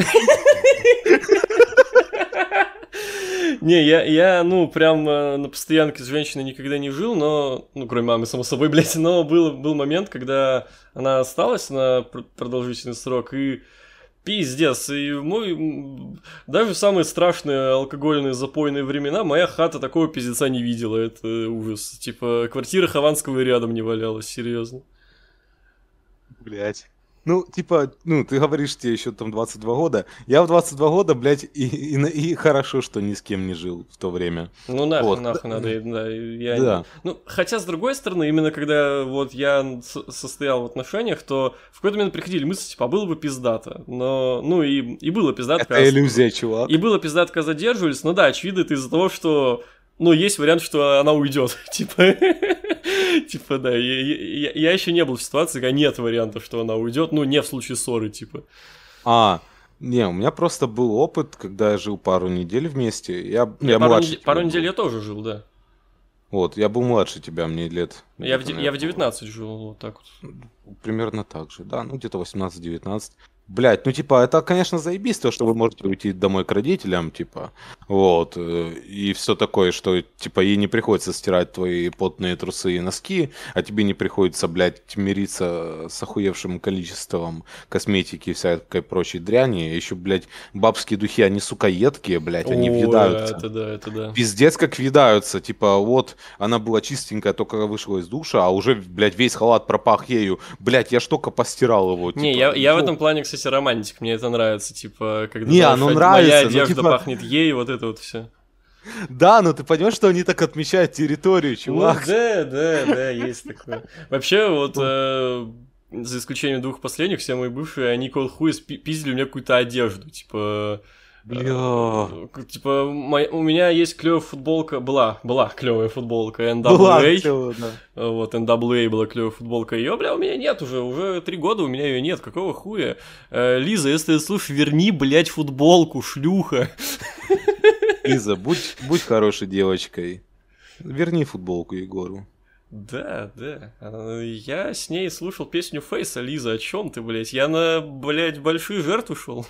Speaker 2: Не, я, ну, прям на постоянке с женщиной никогда не жил, но, ну, кроме мамы, само собой, блядь, но был момент, когда она осталась на продолжительный срок, и пиздец, и даже в самые страшные алкогольные запойные времена моя хата такого пиздеца не видела, это ужас. Типа, квартира Хованского и рядом не валялась, серьезно.
Speaker 1: Блять. Ну, типа, ну, ты говоришь, тебе еще там 22 года. Я в 22 года, блядь, и хорошо, что ни с кем не жил в то время.
Speaker 2: Ну
Speaker 1: Вот.
Speaker 2: нахуй надо, да,
Speaker 1: Да.
Speaker 2: ну, хотя, с другой стороны, именно когда вот я состоял в отношениях, то в какой-то момент приходили мысли, типа, а было бы пиздато, но, ну, и было пиздато,
Speaker 1: Это иллюзия, чувак.
Speaker 2: и было пиздато, когда задерживались, но да, очевидно, это из-за того, что, ну, есть вариант, что она уйдет, типа, типа, да, я еще не был в ситуации, когда нет варианта, что она уйдет, ну, не в случае ссоры, типа.
Speaker 1: Не, у меня просто был опыт, когда я жил пару недель вместе. Я
Speaker 2: Я
Speaker 1: младше тебя
Speaker 2: пару
Speaker 1: был.
Speaker 2: недель я тоже жил, да.
Speaker 1: Вот, я был младше тебя, мне лет.
Speaker 2: Я в
Speaker 1: наверное,
Speaker 2: 19 жил, вот так вот.
Speaker 1: примерно так же, да, ну где-то 18-19. Блять, ну типа, это, конечно, заебись, то, что вы можете уйти домой к родителям, типа, вот, и все такое, что, типа, ей не приходится стирать твои потные трусы и носки, а тебе не приходится, блядь, мириться с охуевшим количеством косметики и всякой прочей дряни, еще, блядь, бабские духи, они, сука, едкие, блядь, они въедаются.
Speaker 2: Это да.
Speaker 1: Пиздец, как въедаются, типа, вот, она была чистенькая, только вышла из душа, а уже, блядь, весь халат пропах ею, блядь, я ж только постирал его,
Speaker 2: Не,
Speaker 1: типа,
Speaker 2: я в этом плане, кстати, романтик, мне это нравится, типа, когда
Speaker 1: Не,
Speaker 2: знаешь,
Speaker 1: оно
Speaker 2: моя
Speaker 1: нравится, но,
Speaker 2: одежда
Speaker 1: типа,
Speaker 2: пахнет ей, вот это вот все.
Speaker 1: да, но ты понимаешь, что они так отмечают территорию,
Speaker 2: Ну
Speaker 1: чувак?
Speaker 2: да, есть такое. Вообще, вот, за исключением двух последних, все мои бывшие, они кол хуй пиздили у меня какую-то одежду, типа...
Speaker 1: Бля.
Speaker 2: Типа, у меня есть клевая футболка, была клевая футболка NWA.
Speaker 1: Была клёвая, да.
Speaker 2: Вот, NWA была клевая футболка. Ее, бля, у меня нет уже 3 года у меня ее нет. Какого хуя? Лиза, если ты слушаешь, верни, блядь, футболку, шлюха.
Speaker 1: Лиза, будь хорошей девочкой. Верни футболку Егору.
Speaker 2: Да. Я с ней слушал песню Фейса. Лиза, о чем ты, блядь? Я на, блядь, большие жертвы шел.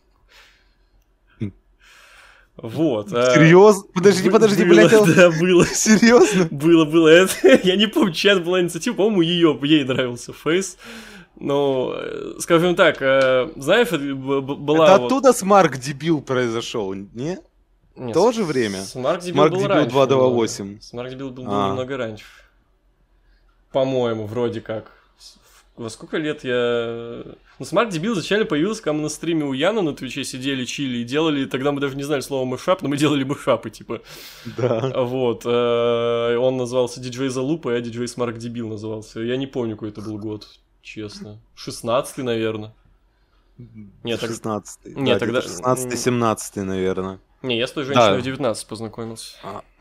Speaker 2: Вот.
Speaker 1: Серьезно? Подожди, блядь.
Speaker 2: Да, было.
Speaker 1: Серьезно?
Speaker 2: Было. Это, я не помню, чья была инициатива, по-моему, ей нравился Фейс. Но, скажем так, знаешь, была...
Speaker 1: Это оттуда Смарк Дебил произошел, не?
Speaker 2: Нет,
Speaker 1: То же время?
Speaker 2: Смарк Дебил был раньше.
Speaker 1: 228.
Speaker 2: Смарк Дебил был немного раньше. По-моему, вроде как. Во сколько лет я... Ну, Смарт Дебил изначально появился, когда мы на стриме у Яна на Твиче сидели, чили и делали, тогда мы даже не знали слова мышап, но мы делали мышапы, типа.
Speaker 1: Да.
Speaker 2: Вот. Он назывался диджей Залупа, а я диджей Смарт Дебил назывался. Я не помню, какой это был год, честно. 16-й, наверное.
Speaker 1: Нет, 16-й.
Speaker 2: Нет,
Speaker 1: да,
Speaker 2: тогда...
Speaker 1: 16-17, наверное.
Speaker 2: Не, я с той женщиной в 19 познакомился.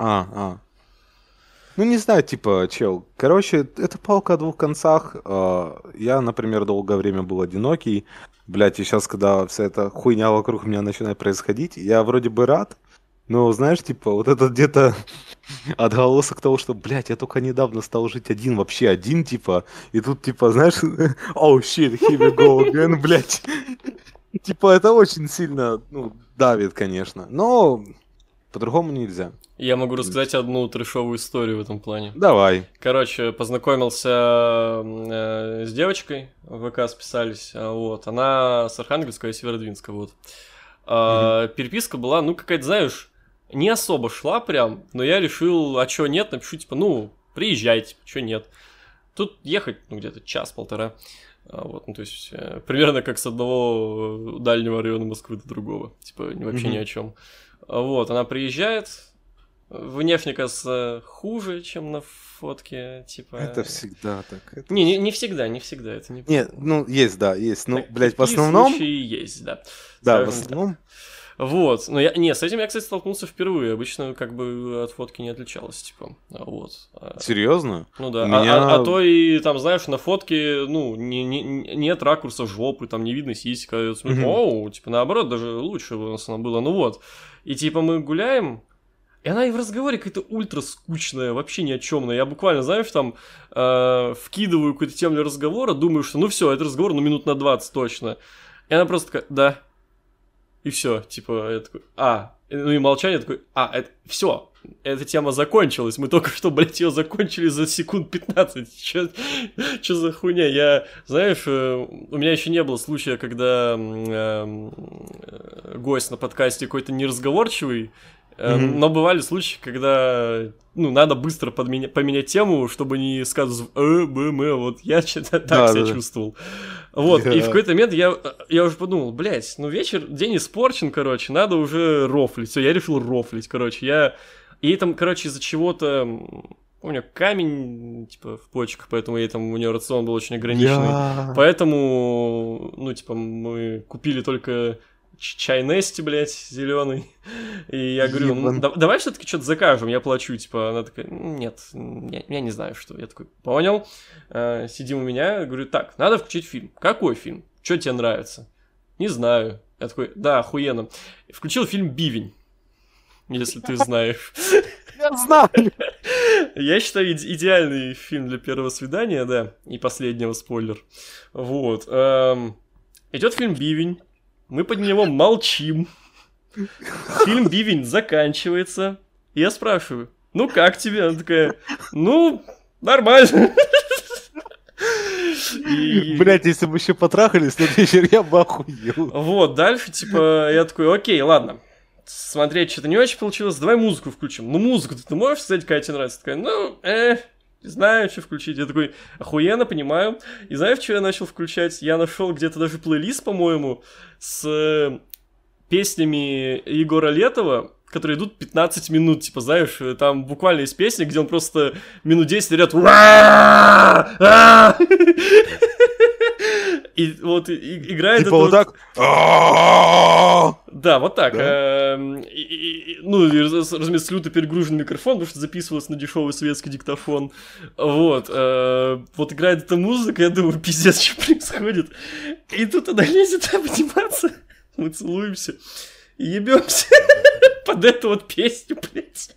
Speaker 1: Ну, не знаю, типа, чел. Короче, это палка о двух концах. Я, например, долгое время был одинокий. Блять, и сейчас, когда вся эта хуйня вокруг меня начинает происходить, я вроде бы рад, но, знаешь, типа, вот это где-то отголосок того, что, блядь, я только недавно стал жить один, вообще один, типа, и тут, типа, знаешь, oh shit, here we go again, блядь. Типа, это очень сильно, ну, давит, конечно, но по-другому нельзя.
Speaker 2: Я могу рассказать одну трешовую историю в этом плане.
Speaker 1: Давай.
Speaker 2: Короче, познакомился с девочкой, в ВК списались, вот, она с Архангельска и Северодвинска, вот. Переписка была, ну, какая-то, знаешь, не особо шла прям, но я решил, а чё нет, напишу, типа, ну, приезжайте, чё нет. Тут ехать, ну, где-то час-полтора, вот, ну, то есть, примерно как с одного дальнего района Москвы до другого, типа, вообще ни о чем. Вот, она приезжает, внешне кажется хуже, чем на фотке, типа...
Speaker 1: Это всегда так. Это...
Speaker 2: Не всегда, это не...
Speaker 1: Нет, ну, есть, да, есть. Ну,
Speaker 2: так,
Speaker 1: блядь, в основном...
Speaker 2: случаи есть, да.
Speaker 1: Да, в основном...
Speaker 2: Вот, но я... Не, с этим я, кстати, столкнулся впервые. Обычно как бы от фотки не отличалось, типа, вот.
Speaker 1: Серьезно?
Speaker 2: Ну да,
Speaker 1: меня...
Speaker 2: а то и там, знаешь, на фотке, ну, нет ракурса жопы, там не видно сиська. Оу, типа, наоборот, даже лучше у нас она была, ну вот. И типа мы гуляем, и она и в разговоре какая-то ультра скучная, вообще ни о чем. Я буквально, знаешь, там вкидываю какую-то тему для разговора, думаю, что ну все, это разговор, ну минут на 20 точно. И она просто такая, да. И все, типа, я такой, ну и молчание такой, это все, эта тема закончилась, мы только что, блядь, ее закончили за секунд 15, что за хуйня, я, знаешь, у меня еще не было случая, когда гость на подкасте какой-то неразговорчивый, Но бывали случаи, когда, ну, надо быстро поменять тему, чтобы не сказать вот я что-то так себя чувствовал. Вот, и в какой-то момент я уже подумал, блядь, ну вечер, день испорчен, короче, надо уже рофлить. Все, я решил рофлить, короче, И там, короче, из-за чего-то, помню, камень, типа, в почках, поэтому у него рацион был очень ограниченный. Поэтому, ну, типа, мы купили только чай Нести, блядь, зеленый. И я говорю, ну, давай все-таки что-то закажем, я плачу. Типа, она такая, нет, я не знаю, что. Я такой, понял. Сидим у меня, говорю, так, надо включить фильм. Какой фильм? Что тебе нравится? Не знаю. Я такой, да, охуенно. Включил фильм «Бивень», если ты знаешь.
Speaker 1: Я знаю.
Speaker 2: Я считаю, идеальный фильм для первого свидания, да, и последнего, спойлер. Вот. Идет фильм «Бивень». Мы под него молчим. Фильм «Бивень» заканчивается. И я спрашиваю, ну как тебе? Она такая, ну, нормально.
Speaker 1: Блять, если бы еще потрахались на вечер, я бы охуел.
Speaker 2: Вот, дальше, типа, я такой, окей, ладно. Смотреть что-то не очень получилось, давай музыку включим. Ну, музыку ты можешь сказать, какая тебе нравится? Такая, ну, не знаю, что включить. Я такой, охуенно, понимаю. И знаешь, что я начал включать? Я нашел где-то даже плейлист, по-моему, с песнями Егора Летова, которые идут 15 минут, типа, знаешь, там буквально есть песня, где он просто минут 10 орёт. И вот играет...
Speaker 1: Типа вот так?
Speaker 2: Да, вот так. Ну, разумеется, люто перегружен микрофон, потому что записывалось на дешевый советский диктофон. Вот. Вот играет эта музыка, я думаю, пиздец, что происходит. И тут она лезет обниматься. Мы целуемся. И ебемся под эту вот песню, блядь.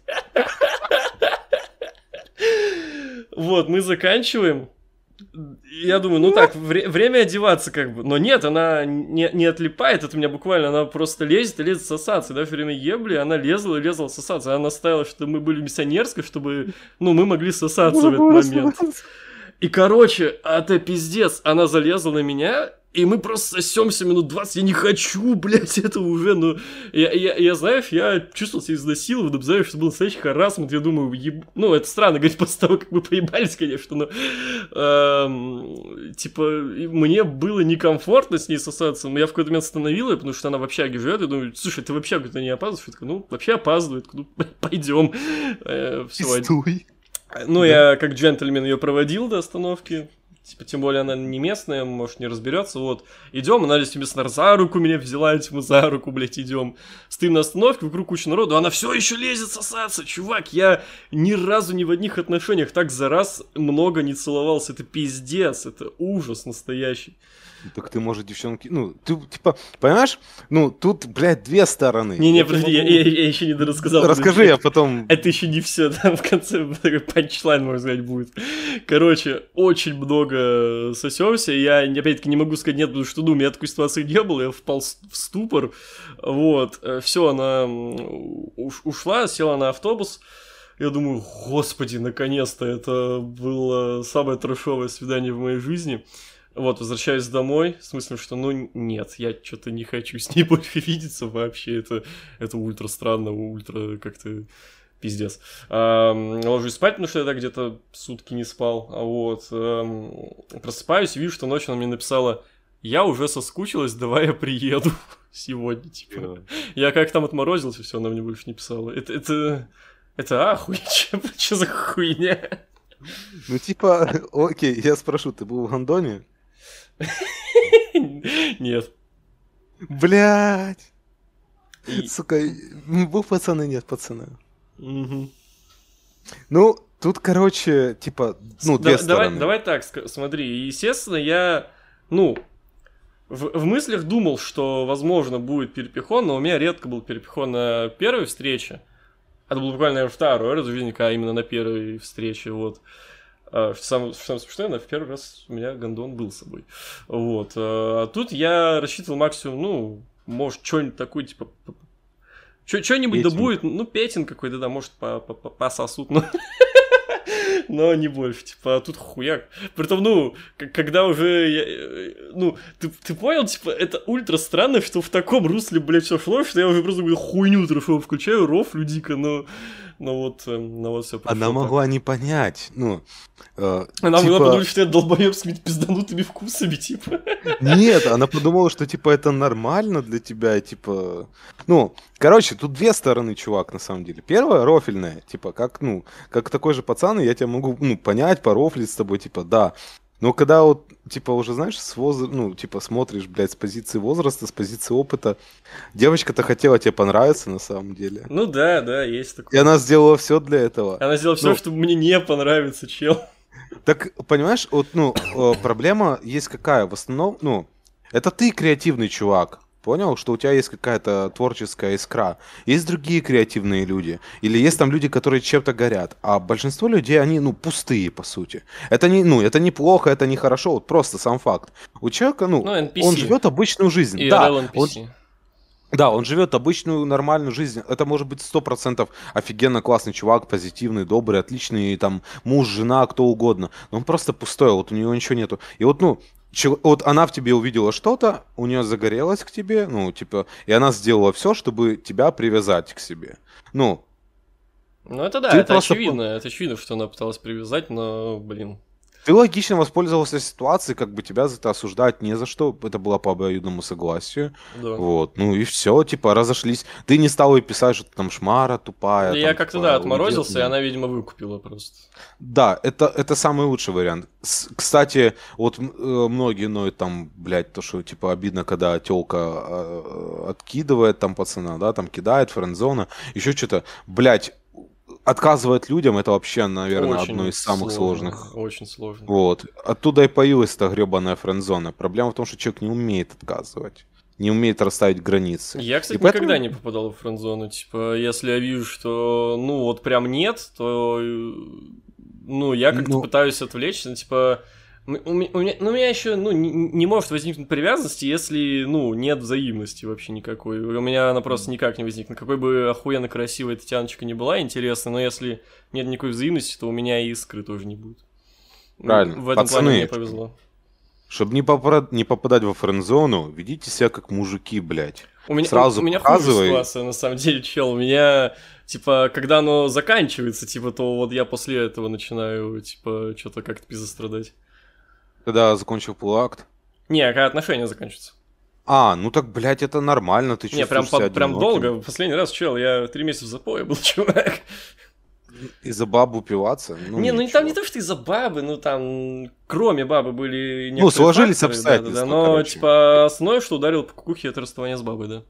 Speaker 2: Вот, мы заканчиваем. Я думаю, ну так, время одеваться как бы. Но нет, она не отлипает от меня буквально, она просто лезет и лезет сосаться. Да, все время ебли, она лезла и лезла сосаться. Она наставила, что мы были миссионерской, чтобы, ну, мы могли сосаться в этот момент. И, короче, это пиздец. Она залезла на меня, и мы просто сосемся минут 20. Я не хочу, блядь, этого уже. Но я знаешь, я чувствовал себя изнасилованным, знаешь, что был настоящий харассмент. Я думаю, ну, это странно говорить после того, как мы поебались, конечно, но типа, мне было некомфортно с ней сосаться. Но я в какой-то момент остановил ее, потому что она в общаге живет. Я думаю, слушай, ты в общагу-то не опаздываешь? Я такой, ну, вообще опаздывает. Ну, пойдем. Все. Ну, я как джентльмен ее проводил до остановки. Типа, тем более она не местная, может, не разберется. Вот, идем, она естественно за руку меня взяла, мы за руку, блядь, идем. Стоим на остановке, вокруг куча народу, она все еще лезет сосаться. Чувак, я ни разу ни в одних отношениях так за раз много не целовался. Это пиздец, это ужас настоящий.
Speaker 1: Так ты, может, девчонки... Ну, ты, типа, понимаешь? Ну, тут, блядь, две стороны.
Speaker 2: Не-не, подожди, я еще не дорассказал.
Speaker 1: Расскажи, я потом...
Speaker 2: Это еще не все, там в конце такой панчлайн, можно сказать, будет. Короче, очень много сосемся, я, опять-таки, не могу сказать нет, потому что, ну, у меня такой ситуации не было, я впал в ступор, вот, все, она ушла, села на автобус. Я думаю, господи, наконец-то, это было самое трэшовое свидание в моей жизни. Вот, возвращаюсь домой, в смысле, что, ну, нет, я что-то не хочу с ней больше видеться вообще, это ультра странно, ультра как-то пиздец. Ложусь спать, потому что я так где-то сутки не спал, вот, просыпаюсь и вижу, что ночью она мне написала, я уже соскучилась, давай я приеду сегодня, типа. Я как там отморозился, все, она мне больше не писала. Это ахуй, что за хуйня?
Speaker 1: Ну, типа, окей, я спрошу, ты был в Гондоне?
Speaker 2: Нет.
Speaker 1: Блять. Сука, был пацаны, нет пацана. Ну, тут, короче, типа, ну, две стороны.
Speaker 2: Давай так, смотри, естественно, я, ну, в мыслях думал, что, возможно, будет перепихон, но у меня редко был перепихон на первой встрече. Это был буквально, наверное, второй раз в жизни, а именно на первой встрече, вот. Что самое смешное, в первый раз у меня гондон был с собой. Вот. А тут я рассчитывал максимум, ну, может, что-нибудь такое, типа... Что-нибудь да будет, ну, петинг какой-то, да, может, пососут, но... но не больше, типа, а тут хуяк. Притом, ну, когда уже, ну, ты понял, типа, это ультра странно, что в таком русле, блядь, все шло, что я уже просто хуйню трешовую включаю, рофлю дико, но вот все прошло.
Speaker 1: Она могла не понять, ну...
Speaker 2: Она могла подумать, что я долбоёб с пизданутыми вкусами, типа.
Speaker 1: Нет, она подумала, что, типа, это нормально для тебя, типа... Ну, короче, тут две стороны, чувак, на самом деле. Первая, рофельная, типа, как такой же пацан, я тебя могу, понять, порофлить с тобой, типа, да. Но когда вот, типа, уже, знаешь, смотришь, блядь, с позиции возраста, с позиции опыта, девочка-то хотела тебе понравиться, на самом деле.
Speaker 2: Ну да, есть такое.
Speaker 1: И она сделала все для этого.
Speaker 2: Она сделала все, чтобы мне не понравиться, чел.
Speaker 1: Так, понимаешь, вот, проблема есть какая? В основном, это ты креативный чувак. Понял, что у тебя есть какая-то творческая искра. Есть другие креативные люди. Или есть там люди, которые чем-то горят. А большинство людей, они, пустые, по сути. Это не плохо, это не хорошо. Вот просто сам факт. У человека, он живет обычную жизнь. Да, он живет обычную нормальную жизнь. Это может быть 100% офигенно классный чувак, позитивный, добрый, отличный, там, муж, жена, кто угодно. Но он просто пустой, вот у него ничего нету. И вот, вот она в тебе увидела что-то, у нее загорелось к тебе, и она сделала все, чтобы тебя привязать к себе.
Speaker 2: Ну, это да, это очевидно, что она пыталась привязать, но, блин...
Speaker 1: Ты логично воспользовался ситуацией, как бы тебя за это осуждать не за что, это было по обоюдному согласию.
Speaker 2: Да.
Speaker 1: Вот, и все, типа, разошлись. Ты не стал ей писать, что ты там шмара тупая.
Speaker 2: Я там, как-то, да, отморозился, и она, видимо, выкупила просто.
Speaker 1: Да, это самый лучший вариант. Кстати, вот многие ноют там, блядь, то, что, типа, обидно, когда тёлка откидывает там пацана, да, там кидает, френдзона, еще что-то, блядь. Отказывать людям, это вообще, наверное,
Speaker 2: очень
Speaker 1: одно из самых сложных.
Speaker 2: Очень сложно.
Speaker 1: Вот. Оттуда и появилась эта гребаная френдзона. Проблема в том, что человек не умеет отказывать. Не умеет расставить границы.
Speaker 2: Я, кстати, никогда не попадал в френдзону. Типа, если я вижу, что, вот прям нет, то, я как-то пытаюсь отвлечься, типа... У меня еще, не может возникнуть привязанности, если, нет взаимности вообще никакой. У меня она просто никак не возникнет. Какой бы охуенно красивая эта тяночка не была, интересная, но если нет никакой взаимности, то у меня и искры тоже не будет.
Speaker 1: Правильно.
Speaker 2: В этом плане мне повезло.
Speaker 1: Чтобы не попадать во френдзону, ведите себя как мужики, блядь.
Speaker 2: У меня хуже ситуация, на самом деле, чел. У меня, типа, когда оно заканчивается, типа, то вот я после этого начинаю, типа, что-то как-то пиздострадать.
Speaker 1: Когда закончил полуакт?
Speaker 2: Не, когда отношения заканчиваются.
Speaker 1: Так, блядь, это нормально, ты чувствуешь себя
Speaker 2: прям долго. Последний раз, чел, я 3 месяца в запое был, чувак.
Speaker 1: Из-за бабы упиваться?
Speaker 2: Там не то, что из-за бабы, там, кроме бабы были
Speaker 1: некоторые сложились факторы, обстоятельства,
Speaker 2: но, короче. Типа, основное, что ударил по кукухе, это расставание с бабой, да.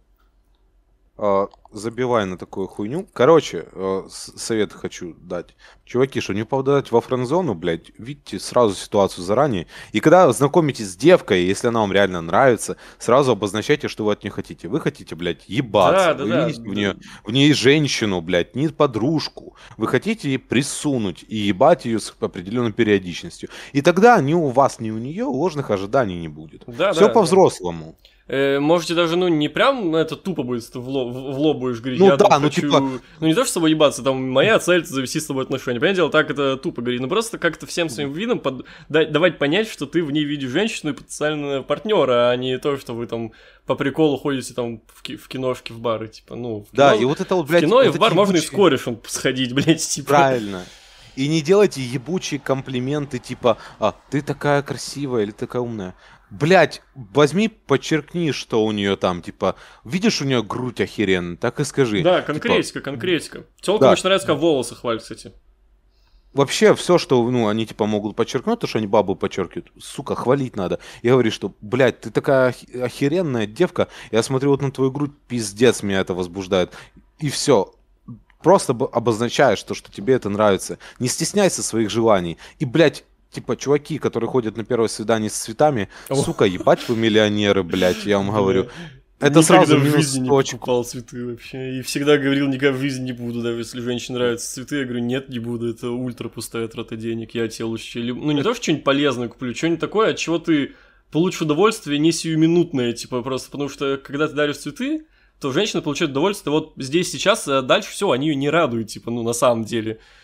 Speaker 1: Забивай на такую хуйню. Короче, совет хочу дать. Чуваки, что не попадать во френдзону, блядь, видите сразу ситуацию заранее. И когда знакомитесь с девкой, если она вам реально нравится, сразу обозначайте, что вы от нее хотите. Вы хотите, блядь, ебаться. Вы видите в ней женщину, блядь, не подружку. Вы хотите ей присунуть и ебать ее с определенной периодичностью. И тогда ни у вас, ни у нее ложных ожиданий не будет. Все по-взрослому.
Speaker 2: Можете даже, не прям это тупо будет, в лоб будешь говорить. Хочу... не то, что с собой ебаться, там, моя цель — завести с тобой отношения. Понятное дело, так это тупо говорить, просто как-то всем своим видом давать понять, что ты в ней видишь женщину и потенциального партнера, а не то, что вы там по приколу ходите там в киношки, в бары, типа, в кино,
Speaker 1: да, и вот это вот, блядь,
Speaker 2: в кино и в бар можно и с корешем сходить, блядь, типа.
Speaker 1: Правильно. И не делайте ебучие комплименты, типа, ты такая красивая или такая умная. Блять, возьми, подчеркни, что у нее там, типа, видишь, у нее грудь охеренная, так и скажи.
Speaker 2: Да, конкретика. Тёлкам очень нравится, как волосы хвалят, кстати.
Speaker 1: Вообще, все, что, они, типа, могут подчеркнуть, то, что они бабу подчеркивают, сука, хвалить надо. И говоришь, что, блядь, ты такая охеренная девка, я смотрю вот на твою грудь, пиздец, меня это возбуждает. И все. Просто обозначаешь то, что тебе это нравится. Не стесняйся своих желаний. И, блядь, типа, чуваки, которые ходят на первое свидание с цветами, сука, ебать вы миллионеры, блядь, я вам говорю. Это сразу минус
Speaker 2: в жизни не покупал цветы вообще. И всегда говорил, никогда в жизни не буду, даже если женщине нравятся цветы. Я говорю, нет, не буду, это ультра пустая трата денег. Я тебе лучше... не то, что что-нибудь полезное куплю, что-нибудь такое, от чего ты получишь удовольствие не сиюминутное, типа, просто потому что, когда ты даришь цветы, то женщина получает удовольствие вот здесь, сейчас, а дальше все, они ее не радуют, типа, на самом деле.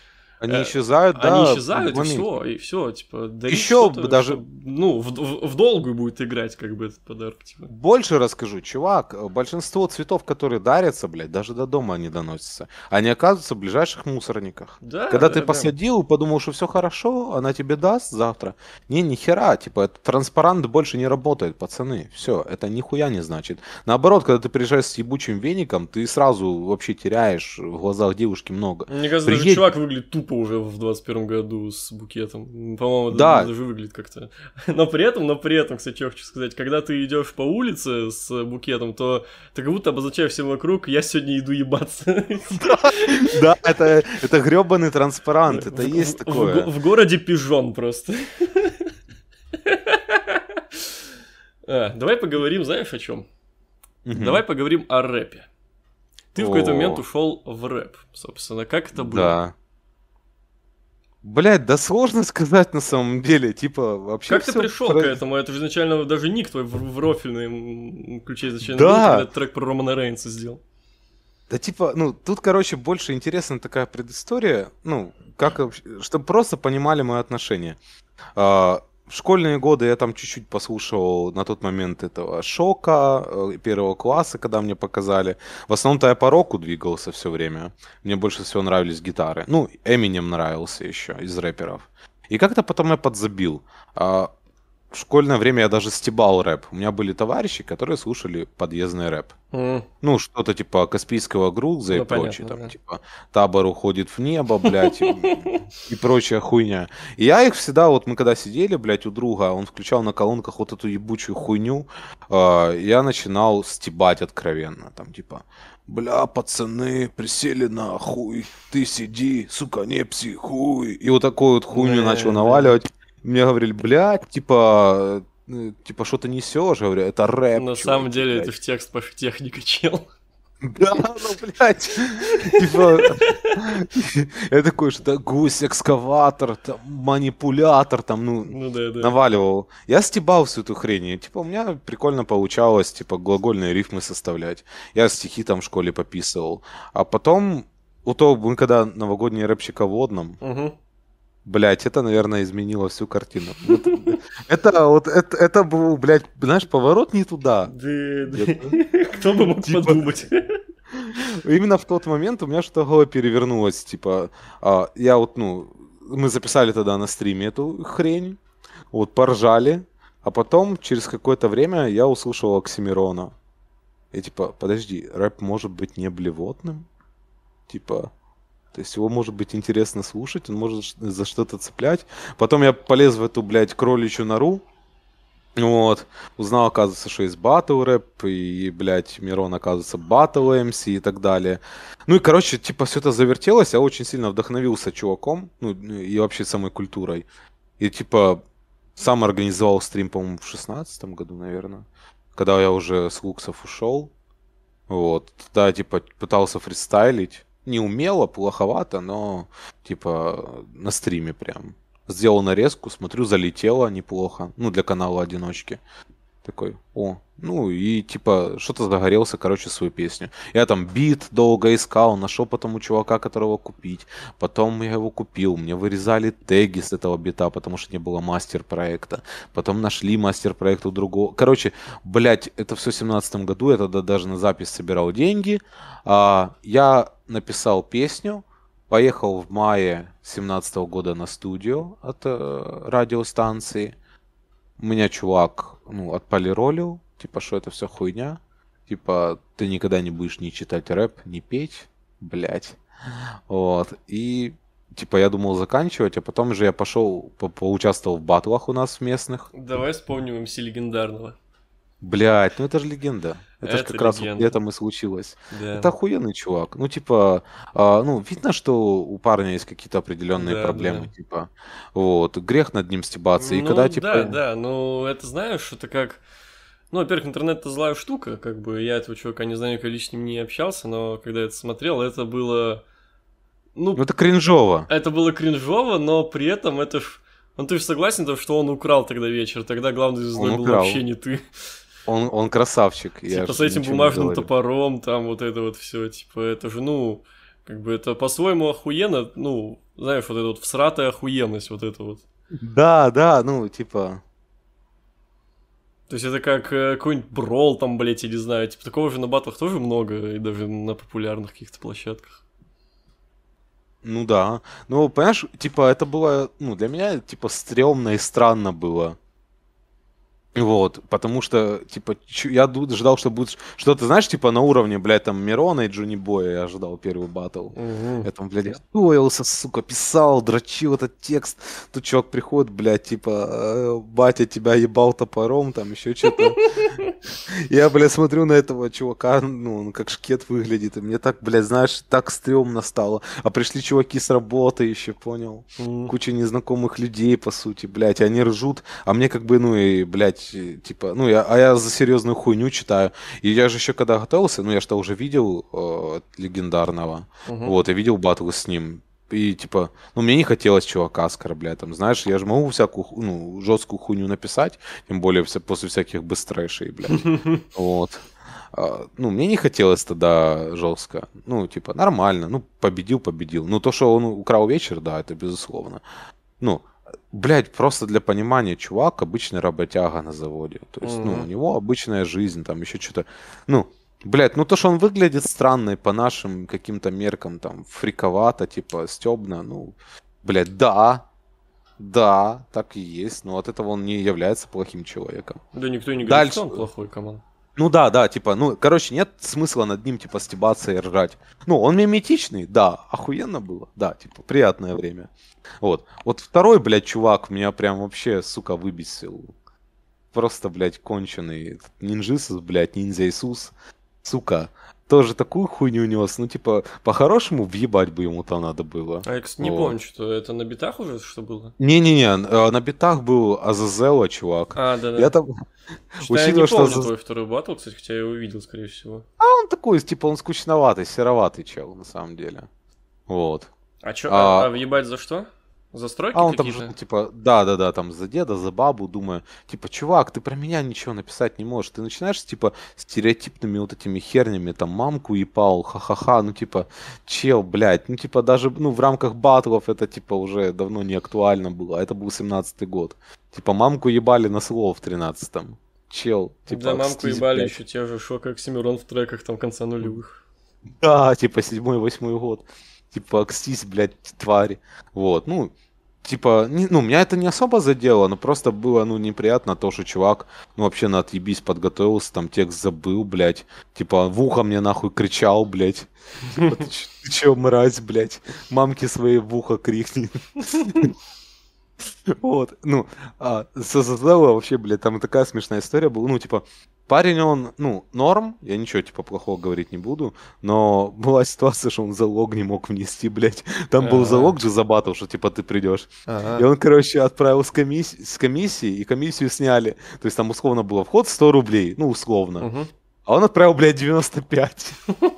Speaker 1: Они исчезают,
Speaker 2: Они
Speaker 1: да,
Speaker 2: исчезают,
Speaker 1: в моменте.
Speaker 2: и все, типа, дарить
Speaker 1: Еще
Speaker 2: что-то,
Speaker 1: даже
Speaker 2: что, ну, в долгую будет играть, как бы, этот подарок, типа.
Speaker 1: больше расскажу, чувак, большинство цветов, которые дарятся, блядь, даже до дома они доносятся. Они оказываются в ближайших мусорниках.
Speaker 2: Да,
Speaker 1: Когда ты
Speaker 2: да.
Speaker 1: посадил и подумал, что все хорошо, она тебе даст завтра. Не, ни хера, типа, этот транспарант больше не работает, пацаны. Все, это нихуя не значит. Наоборот, когда ты приезжаешь с ебучим веником, ты сразу вообще теряешь в глазах девушки много.
Speaker 2: Мне кажется, даже
Speaker 1: Приедь-
Speaker 2: чувак выглядит тупо уже в 21 году с букетом. По-моему,
Speaker 1: Да.
Speaker 2: даже выглядит как-то. Но при этом, кстати, что хочу сказать, когда ты идешь по улице с букетом, то ты как будто обозначаешь всем вокруг: я сегодня иду ебаться.
Speaker 1: Да, это гребаный транспарант, это есть такое.
Speaker 2: В городе пижон просто. Давай поговорим, знаешь, о чем?
Speaker 1: Мгм.
Speaker 2: Давай поговорим о рэпе. Ты в какой-то
Speaker 1: О.
Speaker 2: момент ушел в рэп, собственно. Как это было?
Speaker 1: Да. Блять, да сложно сказать на самом деле, типа вообще.
Speaker 2: Как ты
Speaker 1: всё
Speaker 2: пришел к этому? Это же изначально даже ник твой в рофильном ключе изначально
Speaker 1: Да.
Speaker 2: был, когда ты трек про Романа Рейнса сделал.
Speaker 1: Да типа, ну, тут, короче, больше интересна такая предыстория, ну, как, чтобы просто понимали мои отношения. В школьные годы я там чуть-чуть послушал на тот момент этого Шока, первого класса, когда мне показали. В основном-то я по року двигался все время. Мне больше всего нравились гитары. Ну, Эминем нравился еще из рэперов. И как-то потом я подзабил. В школьное время я даже стебал рэп. У меня были товарищи, которые слушали подъездный рэп. Ну, что-то типа Каспийского груза и
Speaker 2: Ну, понятно,
Speaker 1: прочее. Там,
Speaker 2: да.
Speaker 1: типа, табор уходит в небо, блядь, и прочая хуйня. И я их всегда, вот мы когда сидели, блядь, у друга, он включал на колонках вот эту ебучую хуйню, я начинал стебать откровенно. Там, типа, бля, пацаны, присели на хуй, ты сиди, сука, не психуй. И вот такую вот хуйню
Speaker 2: Да,
Speaker 1: начал
Speaker 2: да.
Speaker 1: наваливать. Мне говорили, блядь, типа, что ты несешь? Я говорю, это рэп.
Speaker 2: На
Speaker 1: чуваки,
Speaker 2: самом деле
Speaker 1: блядь».
Speaker 2: это в текст пошли техника, чел.
Speaker 1: Да, ну, блядь. Типа, я такой, что гусь, экскаватор, там, манипулятор, там, ну,
Speaker 2: Ну да.
Speaker 1: наваливал. Я стебал всю эту хрень. И, типа, у меня прикольно получалось, типа, глагольные рифмы составлять. Я стихи там в школе пописывал. А потом, мы когда новогодний рэпчик о водном,
Speaker 2: Угу.
Speaker 1: блять, это, наверное, изменило всю картину. Это был, блядь, знаешь, поворот не туда.
Speaker 2: Да. Кто бы мог
Speaker 1: Типа-
Speaker 2: подумать?
Speaker 1: Именно в тот момент у меня что-то в голове перевернулось. Типа, я вот, ну, мы записали тогда на стриме эту хрень, вот, поржали, а потом, через какое-то время, я услышал Оксимирона. И типа, подожди, рэп может быть не блевотным? Типа, то есть его может быть интересно слушать, он может за что-то цеплять. Потом я полез в эту, блядь, кроличью нору. Вот. Узнал, оказывается, что есть батл рэп, и, блядь, Мирон, оказывается, батл МС и так далее. Ну и, короче, типа, все это завертелось, я очень сильно вдохновился чуваком, ну, и вообще самой культурой. И, типа, сам организовал стрим, по-моему, в 16-м году, наверное, когда я уже с Луксов ушел. Вот. Тогда, типа, пытался фристайлить. Не умело, плоховато, но, типа, на стриме прям. Сделал нарезку, смотрю, залетело неплохо. Ну, для канала одиночки. Такой, ну и типа что-то загорелся, короче, свою песню. Я там бит долго искал, нашел потом у чувака, которого купить. Потом я его купил, мне вырезали теги с этого бита, потому что не было мастер-проекта. Потом нашли мастер-проект у другого. Короче, блядь, это все в 17 году, я тогда даже на запись собирал деньги. Я написал песню, поехал в мае 17 года на студию от радиостанции. Меня чувак, ну, отполиролил, типа, что это все хуйня. Типа, ты никогда не будешь ни читать рэп, ни петь, блядь. Вот. И, типа, я думал заканчивать, а потом уже я пошел, поучаствовал в батлах у нас местных.
Speaker 2: Давай вспомним МС легендарного.
Speaker 1: Блядь, ну это же легенда. Это же
Speaker 2: Это
Speaker 1: как раз вот
Speaker 2: легенда.
Speaker 1: летом и случилось.
Speaker 2: Да.
Speaker 1: Это охуенный чувак. Ну, типа, ну, видно, что у парня есть какие-то определенные
Speaker 2: Да,
Speaker 1: проблемы,
Speaker 2: да.
Speaker 1: типа. Вот, грех над ним стебаться. И
Speaker 2: Ну,
Speaker 1: когда, типа...
Speaker 2: да, ну, это знаешь, это как... Ну, во-первых, интернет это злая штука, как бы, я этого чувака не знаю, никогда лично не общался, но когда я это смотрел, это было...
Speaker 1: Ну, это кринжово.
Speaker 2: Это было кринжово, но при этом это ж... Ну, ты же согласен, что он украл тогда вечер, тогда главной звездой
Speaker 1: Он
Speaker 2: был
Speaker 1: украл.
Speaker 2: вообще не ты.
Speaker 1: Он красавчик. я
Speaker 2: Типа
Speaker 1: ж
Speaker 2: с этим
Speaker 1: ничего не
Speaker 2: бумажным
Speaker 1: говорю.
Speaker 2: топором, там вот это вот все, типа, это же, ну, как бы это по-своему охуенно, ну, Знаешь, вот эта вот всратая охуенность, вот это вот.
Speaker 1: Да, да, ну, типа...
Speaker 2: То есть это как какой-нибудь брол там, блядь, я не знаю. Типа такого же на батлах тоже много, и даже на популярных каких-то площадках.
Speaker 1: Ну да. Ну, понимаешь, типа, это было, ну, для меня, типа, стрёмно и странно было. Вот, потому что, типа, я ждал, что будет что-то, знаешь, типа, на уровне, блядь, там, Мирона и Джонни Боя я ожидал первый батл.
Speaker 2: Угу.
Speaker 1: Я там, блядь, готовился, сука, писал, дрочил этот текст. Тут чувак приходит, блядь, типа, батя тебя ебал топором, там, еще что-то. Я, блядь, смотрю на этого чувака, ну, он как шкет выглядит, и мне так, блядь, знаешь, так стрёмно стало. А пришли чуваки с работы еще, понял? Куча незнакомых людей, по сути, блядь, и они ржут, а мне как бы, ну, и, блядь, типа, ну, я за серьезную хуйню читаю. И я же еще когда готовился, ну, я что уже видел легендарного, вот, я видел батлы с ним. И типа, ну мне не хотелось чувака оскорблять, там, знаешь, я же могу всякую, ну, жесткую хуйню написать, тем более после всяких быстрэшей, блядь. Вот. Ну, мне не хотелось тогда жестко. Ну, типа, нормально. Ну, победил. Ну, то, что он украл вечер, да, это безусловно. Ну, блядь, просто для понимания, чувак обычный работяга на заводе. То есть, ну, у него обычная жизнь, там еще что-то. Ну, блядь, ну то, что он выглядит странно и по нашим каким-то меркам, там, фриковато, типа, стебно, ну, блядь, да, так и есть, но от этого он не является плохим человеком.
Speaker 2: Да никто и не говорит,
Speaker 1: Дальше.
Speaker 2: что он плохой, команд.
Speaker 1: Ну да, типа, ну, короче, нет смысла над ним, типа, стебаться и ржать. Ну, он миметичный, да, охуенно было, да, типа, приятное время. Вот. Вот второй, блядь, чувак меня прям вообще, сука, выбесил. Просто, блядь, конченый. Нинджисус, блядь, ниндзя Иисус. Сука. Тоже такую хуйню нес. Ну, типа, по-хорошему въебать бы ему там надо было.
Speaker 2: А я, кстати, не
Speaker 1: Вот.
Speaker 2: помню, что это на битах уже что было?
Speaker 1: Не-не-не, на битах был Азазела, чувак.
Speaker 2: А, да-да.
Speaker 1: Я там...
Speaker 2: Что-то я не
Speaker 1: Учитывая, что
Speaker 2: помню
Speaker 1: Азаз-
Speaker 2: твой второй батл, кстати, хотя я его видел, скорее всего.
Speaker 1: он такой, типа, он скучноватый, сероватый чел, на самом деле. Вот.
Speaker 2: А чё,
Speaker 1: А-
Speaker 2: въебать за что? За стройки
Speaker 1: А он там
Speaker 2: какие-то?
Speaker 1: же, типа, да, там за деда, за бабу, думаю, типа, чувак, ты про меня ничего написать не можешь. Ты начинаешь, типа, стереотипными вот этими хернями, там, мамку ебал, ха-ха-ха, ну, типа, чел, блядь, ну, типа, даже, ну, в рамках батлов это, типа, уже давно не актуально было, а это был 17-й год. Типа, мамку ебали на слово в 13-м. Чел, типа,
Speaker 2: Да, мамку
Speaker 1: окстись,
Speaker 2: ебали
Speaker 1: блядь.
Speaker 2: еще те же Шока Оксимирон в треках там конца нулевых.
Speaker 1: Да, типа, 7-8 год. Типа, окстись, блядь, твари. Вот, ну, типа, ну, меня это не особо задело, но просто было, ну, неприятно то, что чувак, ну, вообще на отъебись подготовился, там текст забыл, блядь. Типа, в ухо мне нахуй кричал, блядь. Типа, ты чё, мразь, блядь? Мамке своей в ухо крикни. Вот, ну, с Азазелла вообще, блядь, там такая смешная история была, ну, типа, парень, он, ну, норм, я ничего, типа, плохого говорить не буду, но была ситуация, что он залог не мог внести, блядь, там был залог же за батл, что, типа, ты придешь, и он, короче, отправил с комиссии, и комиссию сняли, то есть там условно было вход 100 рублей, ну, условно, а он отправил, блядь, 95.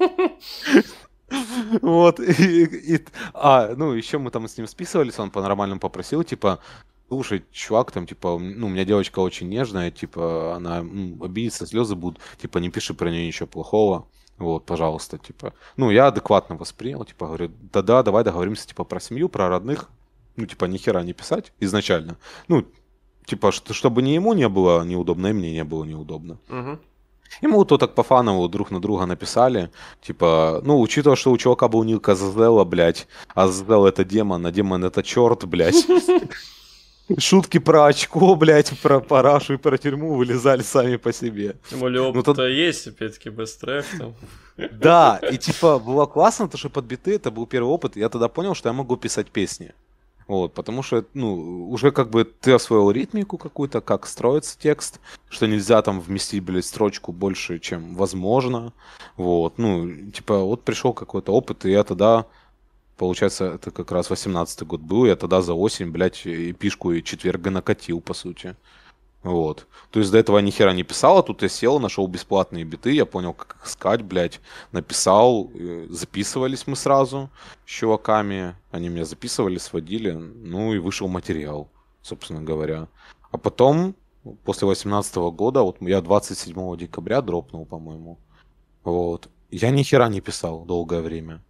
Speaker 1: Вот, ну, еще мы там с ним списывались, он по-нормальному попросил, типа, слушай, чувак, там, типа, ну, у меня девочка очень нежная, типа, она обидится, слезы будут, типа, не пиши про нее ничего плохого, вот, пожалуйста, типа. Ну, я адекватно воспринял, типа, говорю, да-да, давай договоримся, типа, про семью, про родных, ну, типа, ни хера не писать изначально, ну, типа, чтобы ни ему не было неудобно, и мне не было неудобно. И мы вот то так по фанову друг на друга написали, типа, ну, учитывая, что у чувака был ник Азазела, блядь, Азазел это демон, а демон это черт, блядь. Шутки про очко, блядь, про парашу и про тюрьму вылезали сами по себе.
Speaker 2: Тем более опыт-то есть, опять-таки, бест-трек там.
Speaker 1: Да, и типа было классно, то, что под биты это был первый опыт, и я тогда понял, что я могу писать песни. Вот, потому что, ну, уже как бы ты освоил ритмику какую-то, как строится текст, что нельзя там вместить, блядь, строчку больше, чем возможно. Вот, ну, типа, вот пришел какой-то опыт, и я тогда, получается, это как раз 18-й год был, я тогда за осень, блядь, эпишку и четверга накатил, по сути. Вот. То есть до этого я ни хера не писал, а тут я сел, нашел бесплатные биты, я понял, как их искать, блядь, написал, записывались мы сразу с чуваками, они меня записывали, сводили, ну и вышел материал, собственно говоря. А потом, после 18-го года, вот я 27 декабря дропнул, по-моему, вот, я ни хера не писал долгое время.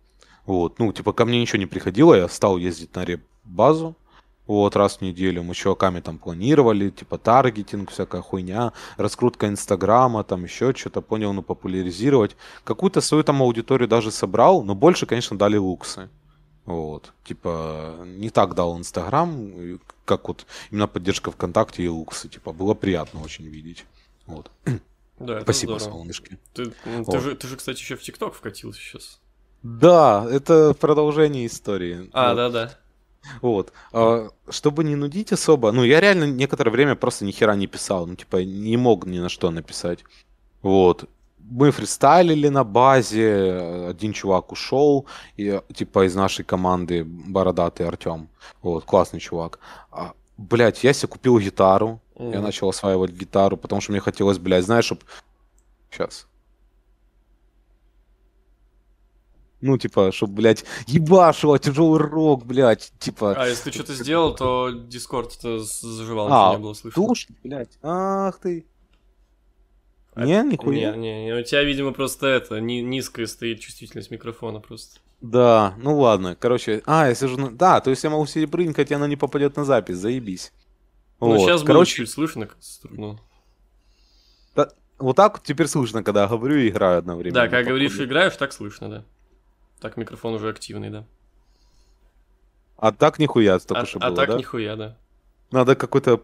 Speaker 1: Вот, ну, типа, ко мне ничего не приходило, я стал ездить на реп-базу, вот, раз в неделю. Мы с чуваками там планировали, типа, таргетинг, всякая хуйня, раскрутка Инстаграма, там еще что-то, понял, ну, популяризировать. Какую-то свою там аудиторию даже собрал, но больше, конечно, дали луксы. Вот, типа, не так дал Инстаграм, как вот именно поддержка ВКонтакте и луксы, типа, было приятно очень видеть. Вот.
Speaker 2: Да, это
Speaker 1: Спасибо,
Speaker 2: здорово.
Speaker 1: солнышки.
Speaker 2: Ты
Speaker 1: Вот.
Speaker 2: же, кстати, еще в ТикТок вкатился сейчас.
Speaker 1: Да, это продолжение истории. Вот.
Speaker 2: Да-да.
Speaker 1: Вот. Чтобы не нудить особо, ну, я реально некоторое время просто ни хера не писал, ну, типа, не мог ни на что написать. Вот. Мы фристайлили на базе, один чувак ушел, и, типа, из нашей команды бородатый Артем. Вот, классный чувак. Блять, я себе купил гитару, я начал осваивать гитару, потому что мне хотелось, блядь, знаешь, чтоб... Сейчас. Ну, типа, чтоб, блядь, ебашило, тяжелый рок, блядь, типа...
Speaker 2: А если ты что-то сделал, то Дискорд-то заживал, ничего не было слышно.
Speaker 1: Душ, блядь, ах ты. Не, нихуя.
Speaker 2: Не, у тебя, видимо, просто низкая стоит чувствительность микрофона просто.
Speaker 1: Да, ну ладно, короче, если же... Да, то есть я могу себе брынкать, и она не попадет на запись, заебись.
Speaker 2: Ну,
Speaker 1: Вот,
Speaker 2: сейчас было
Speaker 1: короче,
Speaker 2: чуть слышно, ну.
Speaker 1: вот так вот теперь слышно, когда я говорю и играю одновременно.
Speaker 2: Да, когда говоришь и
Speaker 1: походу.
Speaker 2: играешь, так слышно, да. Так микрофон уже активный, да.
Speaker 1: А так нихуя только что
Speaker 2: А
Speaker 1: было,
Speaker 2: так
Speaker 1: да?
Speaker 2: нихуя, да.
Speaker 1: Надо какой-то...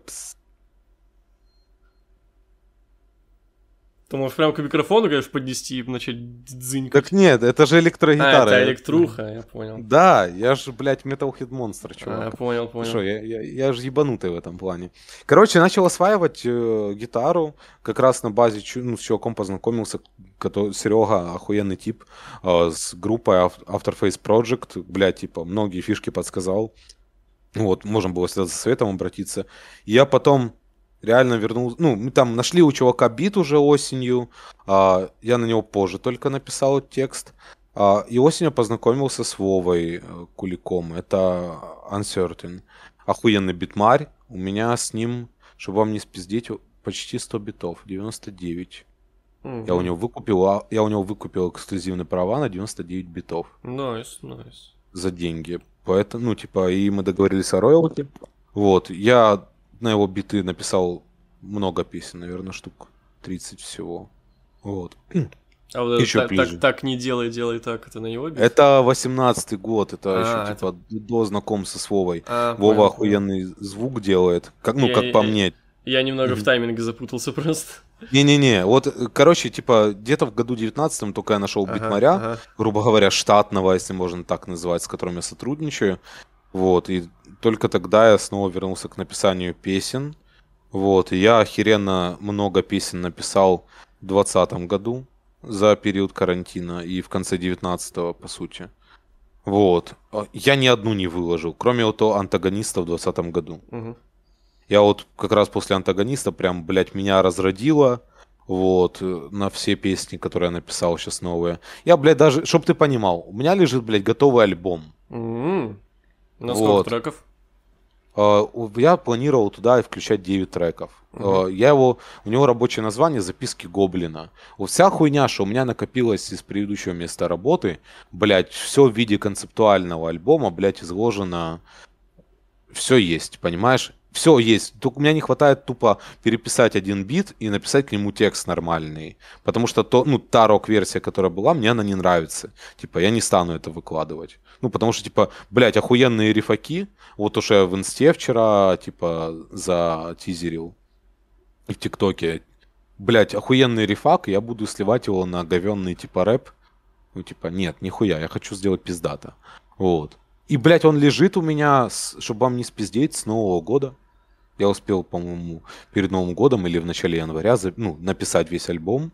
Speaker 2: Ты можешь прямо к микрофону, конечно, поднести и начать дзынькать.
Speaker 1: Так нет, это же электрогитара.
Speaker 2: Это электруха, я понял.
Speaker 1: Да, я же, блядь, Metalhead Monster, чувак.
Speaker 2: Понял.
Speaker 1: Что, я же ебанутый в этом плане. Короче, начал осваивать гитару. Как раз на базе, с чуваком познакомился. Серега, охуенный тип, с группой Afterface Project. Блядь, типа, многие фишки подсказал. Вот, можно было сюда за советом обратиться. И я потом реально вернул... Ну, мы там нашли у чувака бит уже осенью. Я на него позже только написал текст. И осенью познакомился с Вовой Куликом. Это Uncertain. Охуенный битмарь. У меня с ним, чтобы вам не спиздеть, почти 100 битов. 99.
Speaker 2: Угу.
Speaker 1: Я у него выкупил эксклюзивные права на 99 битов.
Speaker 2: Найс.
Speaker 1: За деньги. Поэтому, ну, типа, и мы договорились о роялти. Вот. Я на его биты написал много песен, наверное, штук 30 всего. Вот.
Speaker 2: А вот
Speaker 1: Еще
Speaker 2: так не делай так, это на него бит?
Speaker 1: Это 18-й год, это еще
Speaker 2: это...
Speaker 1: типа до знакомства с Вовой. Вова
Speaker 2: понял.
Speaker 1: Охуенный звук делает, как по мне.
Speaker 2: Я немного в тайминге запутался просто.
Speaker 1: Не-не-не, вот, короче, типа, где-то в году 19-м только я нашел битмаря, грубо говоря, штатного, если можно так назвать, с которым я сотрудничаю. Вот, и только тогда я снова вернулся к написанию песен. Вот, и я охеренно много песен написал в 2020 году за период карантина и в конце 19-го, по сути. Вот. Я ни одну не выложил, кроме вот того антагониста в 2020 году.
Speaker 2: Угу.
Speaker 1: Я вот как раз после антагониста прям, блядь, меня разродило. Вот, на все песни, которые я написал сейчас новые. Я, блядь, даже, чтоб ты понимал, у меня лежит, блядь, готовый альбом.
Speaker 2: На сколько треков?
Speaker 1: Я планировал туда и включать 9 треков. У него рабочее название «Записки Гоблина». Вот вся хуйня, что у меня накопилось из предыдущего места работы, блядь, все в виде концептуального альбома, блядь, изложено. Все есть, понимаешь? Все есть. Только у меня не хватает тупо переписать один бит и написать к нему текст нормальный. Потому что та рок-версия, которая была, мне она не нравится. Типа, я не стану это выкладывать. Ну, потому что, типа, блядь, охуенные рифаки. Вот уж я в инсте вчера, типа, затизерил. И в ТикТоке. Блядь, охуенный рифак, я буду сливать его на говенный, типа, рэп. Ну, типа, нет, нихуя, я хочу сделать пиздато. Вот. И, блядь, он лежит у меня, чтобы вам не спиздеть, с Нового года. Я успел, по-моему, перед Новым годом или в начале января написать весь альбом.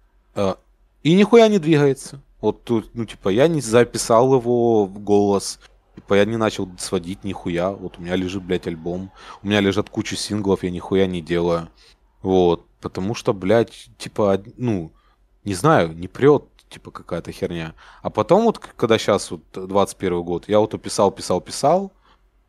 Speaker 1: И нихуя не двигается. Вот тут, типа, я не записал его в голос. Типа, я не начал сводить нихуя. Вот у меня лежит, блядь, альбом. У меня лежат куча синглов, я нихуя не делаю. Вот. Потому что, блядь, типа, не знаю, не прет. Типа какая-то херня. А потом вот, когда сейчас вот 21 год, я вот писал.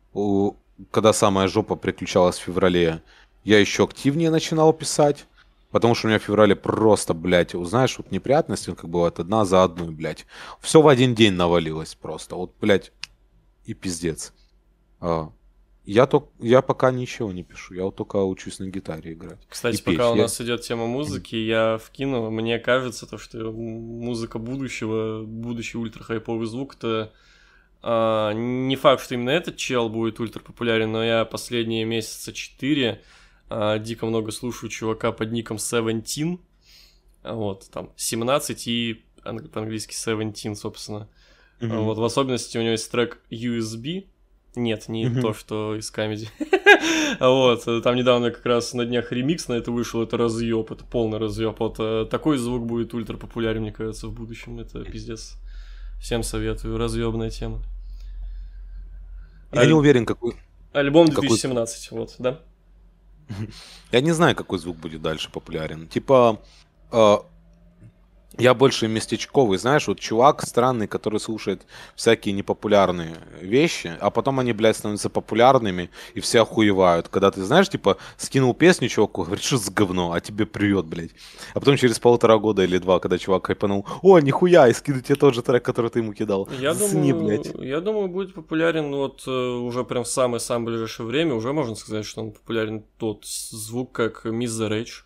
Speaker 1: Когда самая жопа приключалась в феврале, я еще активнее начинал писать. Потому что у меня в феврале просто, блядь, знаешь, вот неприятности, как бывает, одна за одной, блядь. Все в один день навалилось просто. Вот, блядь, и пиздец. А, я пока ничего не пишу, я вот только учусь на гитаре играть.
Speaker 2: Кстати,
Speaker 1: И петь.
Speaker 2: пока у нас идет тема музыки, я вкину, мне кажется, то, что музыка будущего, будущий ультра-хайповый звук, это не факт, что именно этот чел будет ультра популярен, но я последние месяца 4 дико много слушаю чувака под ником 17, вот, там, 17 и по-английски 17, собственно. Вот, в особенности у него есть трек USB. Нет, не то, что из Comedy. Вот, там недавно как раз на днях ремикс на это вышел, это разъеб, это полный разъеб. Вот такой звук будет ультра популярен, мне кажется, в будущем. Это пиздец. Всем советую, разъебная тема.
Speaker 1: Я не уверен, какой...
Speaker 2: Альбом 2017, вот, да?
Speaker 1: Я не знаю, какой звук будет дальше популярен. Типа, я больше местечковый, знаешь, вот чувак странный, который слушает всякие непопулярные вещи, а потом они, блядь, становятся популярными, и все охуевают. Когда ты, знаешь, типа, скинул песню чуваку, говорит, что за говно, а тебе привет, блядь. А потом через 1,5 года или 2, когда чувак хайпанул, о, нихуя, и скидывает тебе тот же трек, который ты ему кидал.
Speaker 2: Я думаю, будет популярен вот уже прям в самое-самое ближайшее время, уже можно сказать, что он популярен тот звук, как Miss the Rage.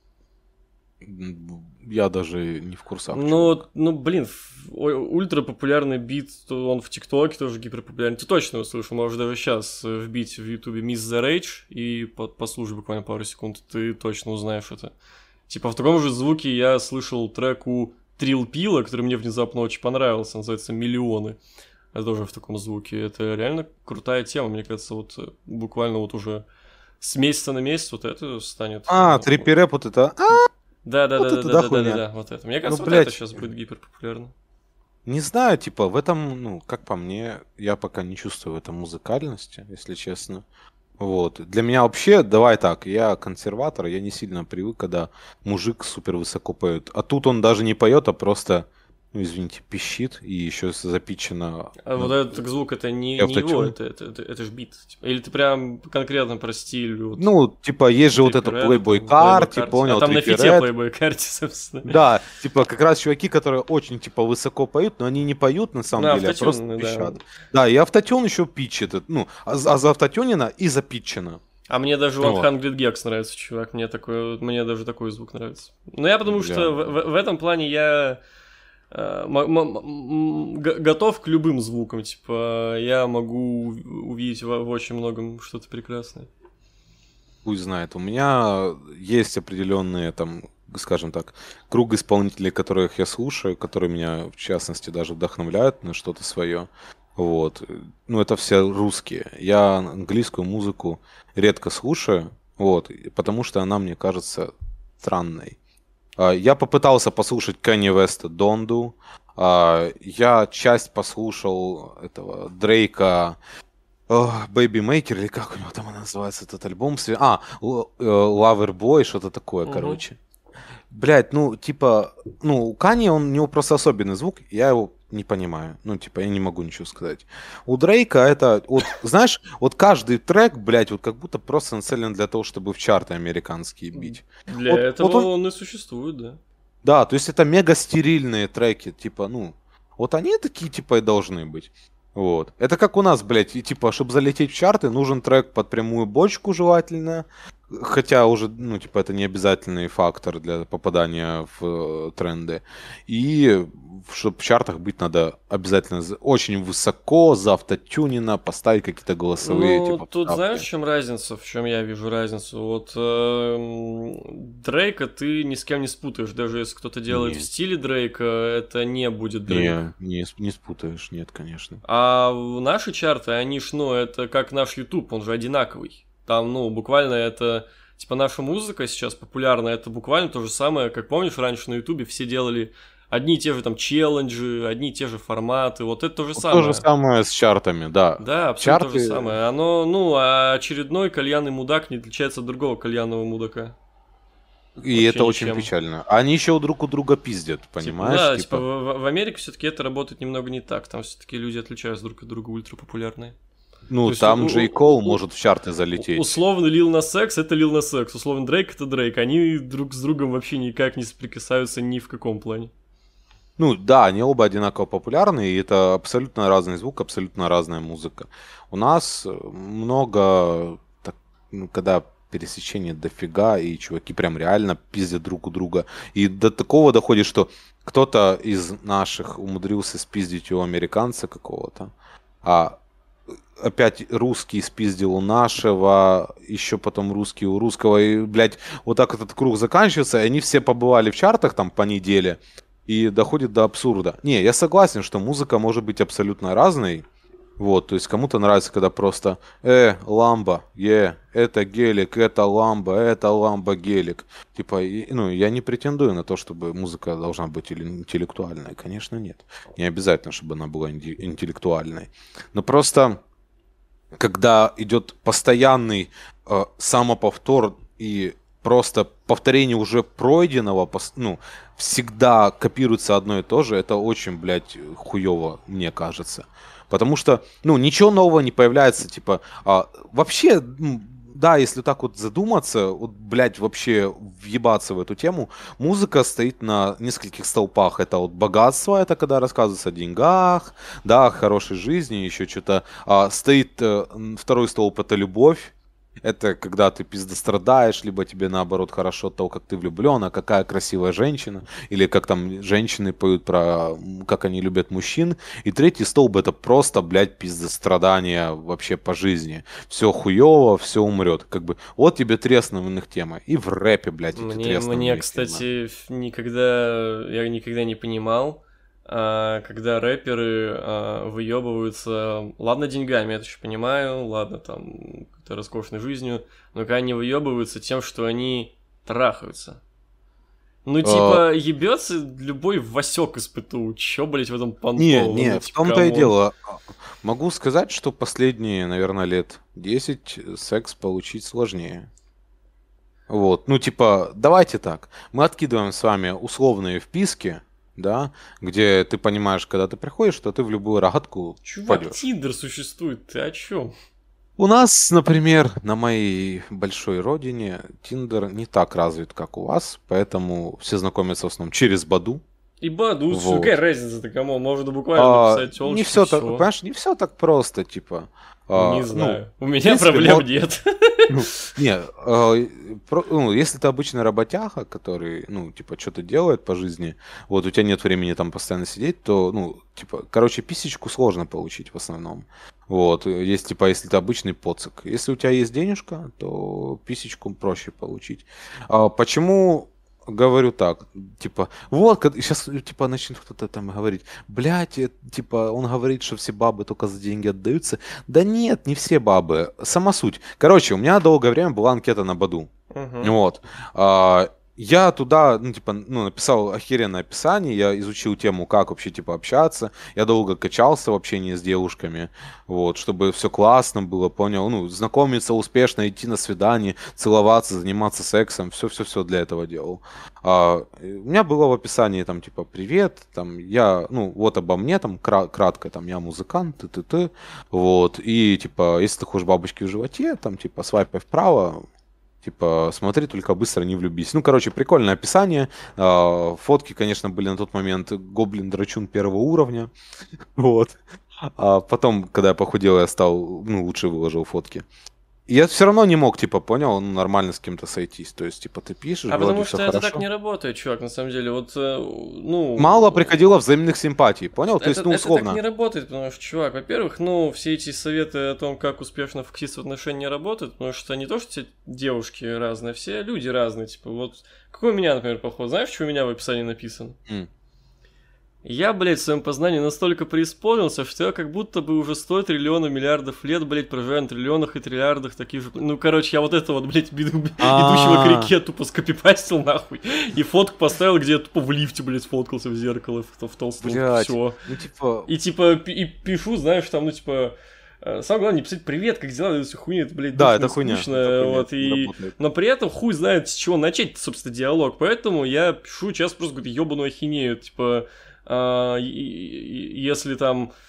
Speaker 1: Я даже не в курсах.
Speaker 2: Ну, блин, ультра популярный бит, он в ТикТоке тоже гиперпопулярный. Ты точно его слышал, можешь даже сейчас вбить в Ютубе Miss the Rage и послушай буквально пару секунд, ты точно узнаешь это. Типа в таком же звуке я слышал трек у Trill Pilla, который мне внезапно очень понравился, называется «Миллионы». Это тоже в таком звуке. Это реально крутая тема, мне кажется, вот буквально вот уже с месяца на месяц вот это станет...
Speaker 1: Триппи-рэп вот это...
Speaker 2: Да, вот это. Мне кажется, вот это сейчас будет гиперпопулярно.
Speaker 1: Не знаю, типа, в этом, ну, как по мне, я пока не чувствую в этом музыкальности, если честно. Вот. Для меня вообще, давай так, я консерватор, я не сильно привык, когда мужик супер высоко поет. А тут он даже не поет, а просто, ну, извините, пищит и еще запичено.
Speaker 2: Вот этот звук, это не его, это ж бит. Типа. Или ты прям конкретно про стиль? Вот,
Speaker 1: ну, типа, есть же вот это Playboy Card, понял?
Speaker 2: А там на фите Playboy Card, собственно.
Speaker 1: Да, типа, как раз чуваки, которые очень, типа, высоко поют, но они не поют, на самом деле, а просто пищат. Да, и автотюн еще питчит, ну, а за автотюнено и запитчено.
Speaker 2: А мне даже 100 Gex нравится, чувак, мне даже такой звук нравится. Но я потому что в этом плане я... готов к любым звукам, типа, я могу увидеть в очень многом что-то прекрасное.
Speaker 1: Пусть знает, у меня есть определенные, там, скажем так, круг исполнителей, которых я слушаю, которые меня, в частности, даже вдохновляют на что-то свое. Вот. Ну, это все русские. Я английскую музыку редко слушаю, вот, потому что она мне кажется странной. Я попытался послушать Kanye West Don't Do. Я часть послушал этого Дрейка Baby Maker, или как у него там называется этот альбом? Lover Boy, что-то такое, короче. Блять, ну, типа, ну, у Kanye у него просто особенный звук, я его не понимаю. Ну, типа, я не могу ничего сказать. У Дрейка это, вот, знаешь, вот каждый трек, блядь, вот как будто просто нацелен для того, чтобы в чарты американские бить.
Speaker 2: Для этого он и существует, да.
Speaker 1: Да, то есть это мега стерильные треки, типа, ну, вот они такие, типа, и должны быть. Вот. Это как у нас, блядь, и, типа, чтобы залететь в чарты, нужен трек под прямую бочку желательно. Хотя уже, ну, типа, это не обязательный фактор для попадания в тренды. И чтобы в чартах быть, надо обязательно очень высоко, заавтотюнено, поставить какие-то голосовые.
Speaker 2: Ну,
Speaker 1: типа,
Speaker 2: тут знаешь, в чем разница? В чем я вижу разницу? Вот Дрейка ты ни с кем не спутаешь. Даже если кто-то делает в стиле Дрейка, это не будет Дрейк.
Speaker 1: Не спутаешь, нет, конечно.
Speaker 2: А наши чарты, они ж, ну, это как наш YouTube, он же одинаковый. Там, ну, буквально это... Типа наша музыка сейчас популярна, это буквально то же самое, как помнишь, раньше на Ютубе все делали одни и те же там челленджи, одни и те же форматы, вот это то же самое.
Speaker 1: То же самое с чартами, да.
Speaker 2: Да, абсолютно то же самое. Оно, ну, а очередной кальянный мудак не отличается от другого кальянного мудака.
Speaker 1: И вообще это очень печально. Они еще друг у друга пиздят, понимаешь?
Speaker 2: Да, типа в Америке все-таки это работает немного не так. Там все-таки люди отличаются друг от друга ультрапопулярные.
Speaker 1: Ну,
Speaker 2: То есть
Speaker 1: там Джей Кол может в чарты залететь.
Speaker 2: условно Lil Nas X — это Lil Nas X, условно Дрейк — это Дрейк. Они друг с другом вообще никак не соприкасаются ни в каком плане.
Speaker 1: Ну да, они оба одинаково популярны, и это абсолютно разный звук, абсолютно разная музыка. У нас много, когда пересечение дофига, и чуваки прям реально пиздят друг у друга. И до такого доходит, что кто-то из наших умудрился спиздить у американца какого-то, а опять русский спиздил у нашего, еще потом русский у русского, и, блядь, вот так этот круг заканчивается, и они все побывали в чартах там по неделе, и доходит до абсурда. Не, я согласен, что музыка может быть абсолютно разной. Вот, то есть кому-то нравится, когда просто ламба, это гелик, это ламба, гелик. Типа, ну, я не претендую на то, чтобы музыка должна быть интеллектуальной. Конечно, нет. Не обязательно, чтобы она была интеллектуальной. Но просто, когда идет постоянный самоповтор и просто повторение уже пройденного, ну, всегда копируется одно и то же, это очень, блядь, хуёво, мне кажется. Потому что, ну, ничего нового не появляется, типа, вообще, да, если так вот задуматься, вот, блядь, вообще въебаться в эту тему, музыка стоит на нескольких столпах. Это вот богатство, это когда рассказывается о деньгах, да, о хорошей жизни, еще что-то. Стоит второй столб, это любовь. Это когда ты пиздострадаешь, либо тебе наоборот хорошо от того, как ты влюблен, а какая красивая женщина, или как там женщины поют про как они любят мужчин. И третий столб — это просто, блядь, пиздострадание вообще по жизни. Все хуево, все умрет. Как бы вот тебе три основных темы. И в рэпе, блядь, эти три основные
Speaker 2: Мне,
Speaker 1: темы.
Speaker 2: кстати, я никогда не понимал, когда рэперы выебываются, ладно, деньгами, я это еще понимаю, ладно, там, какой-то роскошной жизнью, но когда они выебываются тем, что они трахаются. Ну, типа, ебется любой Васек из ПТУ, чё, блять, в этом понтово?
Speaker 1: Не, в том-то и дело. Могу сказать, что последние, наверное, лет 10 секс получить сложнее. Вот, ну, типа, давайте так. Мы откидываем с вами условные вписки, да, где ты понимаешь, когда ты приходишь, что ты в любую рогатку
Speaker 2: Чувак,
Speaker 1: пойдешь.
Speaker 2: Тиндер существует, ты о чем?
Speaker 1: У нас, например, на моей большой родине Тиндер не так развит, как у вас, поэтому все знакомятся в основном через Баду.
Speaker 2: И Баду,
Speaker 1: Вот.
Speaker 2: какая разница-то, кому? Можно буквально написать тёлочке,
Speaker 1: Не все так,
Speaker 2: всё.
Speaker 1: понимаешь, не все так просто, типа.
Speaker 2: Не знаю. У меня
Speaker 1: принципе,
Speaker 2: проблем
Speaker 1: вот-
Speaker 2: нет.
Speaker 1: Если ты обычный работяга, который, ну, типа, что-то делает по жизни, вот, у тебя нет времени там постоянно сидеть, то, ну, типа, короче, писечку сложно получить в основном. Вот, есть, типа, если ты обычный поцик. Если у тебя есть денежка, то писечку проще получить. Почему говорю так, типа, вот, сейчас, типа, начнет кто-то там говорить, блядь, типа, он говорит, что все бабы только за деньги отдаются. Да нет, не все бабы. Сама суть. Короче, у меня долгое время была анкета на Баду. Вот. Я туда, ну, типа, ну, написал охеренное описание, я изучил тему, как вообще, типа, общаться. Я долго качался в общении с девушками, вот, чтобы все классно было, понял, ну, знакомиться успешно, идти на свидание, целоваться, заниматься сексом, все для этого делал. У меня было в описании, там, типа, привет, там, я, ну, вот обо мне, там, кратко, там, я музыкант, ты, вот, и, типа, если ты хочешь бабочки в животе, там, типа, свайпай вправо, типа, смотри, только быстро не влюбись. Ну, короче, прикольное описание. Фотки, конечно, были на тот момент гоблин-драчун первого уровня. Вот. А потом, когда я похудел, я стал, ну, лучше выложил фотки. И я все равно не мог, типа, понял, ну, нормально с кем-то сойтись. То есть, типа, ты пишешь, вроде
Speaker 2: Потому
Speaker 1: все
Speaker 2: что это
Speaker 1: хорошо.
Speaker 2: так не работает, чувак, на самом деле. Вот, ну...
Speaker 1: Мало приходило взаимных симпатий, понял? То есть, ну,
Speaker 2: Это
Speaker 1: условно.
Speaker 2: так не работает, потому что, чувак, во-первых, ну, все эти советы о том, как успешно вкатиться в отношения работают, потому что не то, что все девушки разные, все люди разные, типа, вот, какой у меня, например, поход, знаешь, что у меня в описании написано? Я, блядь, в своем познании настолько преисполнился, что я как будто бы уже 100 триллионов миллиардов лет, блядь, проживаю на триллионах и триллиардах таких же... Ну, короче, я вот это вот, блядь, идущего к реке тупо скопипастил, нахуй, и фотку поставил, где я тупо в лифте, блядь, сфоткался в зеркало, в толстом, всё.
Speaker 1: Ну, типа...
Speaker 2: И, типа, и пишу, знаешь, там, ну, типа... Самое главное, не писать привет, как дела, это все хуйня, это, блядь,
Speaker 1: Да,
Speaker 2: душно,
Speaker 1: это хуйня,
Speaker 2: скучно,
Speaker 1: это хуйня,
Speaker 2: вот, и...
Speaker 1: работает.
Speaker 2: Но при этом хуй знает, с чего начать, собственно, диалог, поэтому я пишу сейчас просто какую-то ёбаную ахинею, типа... если там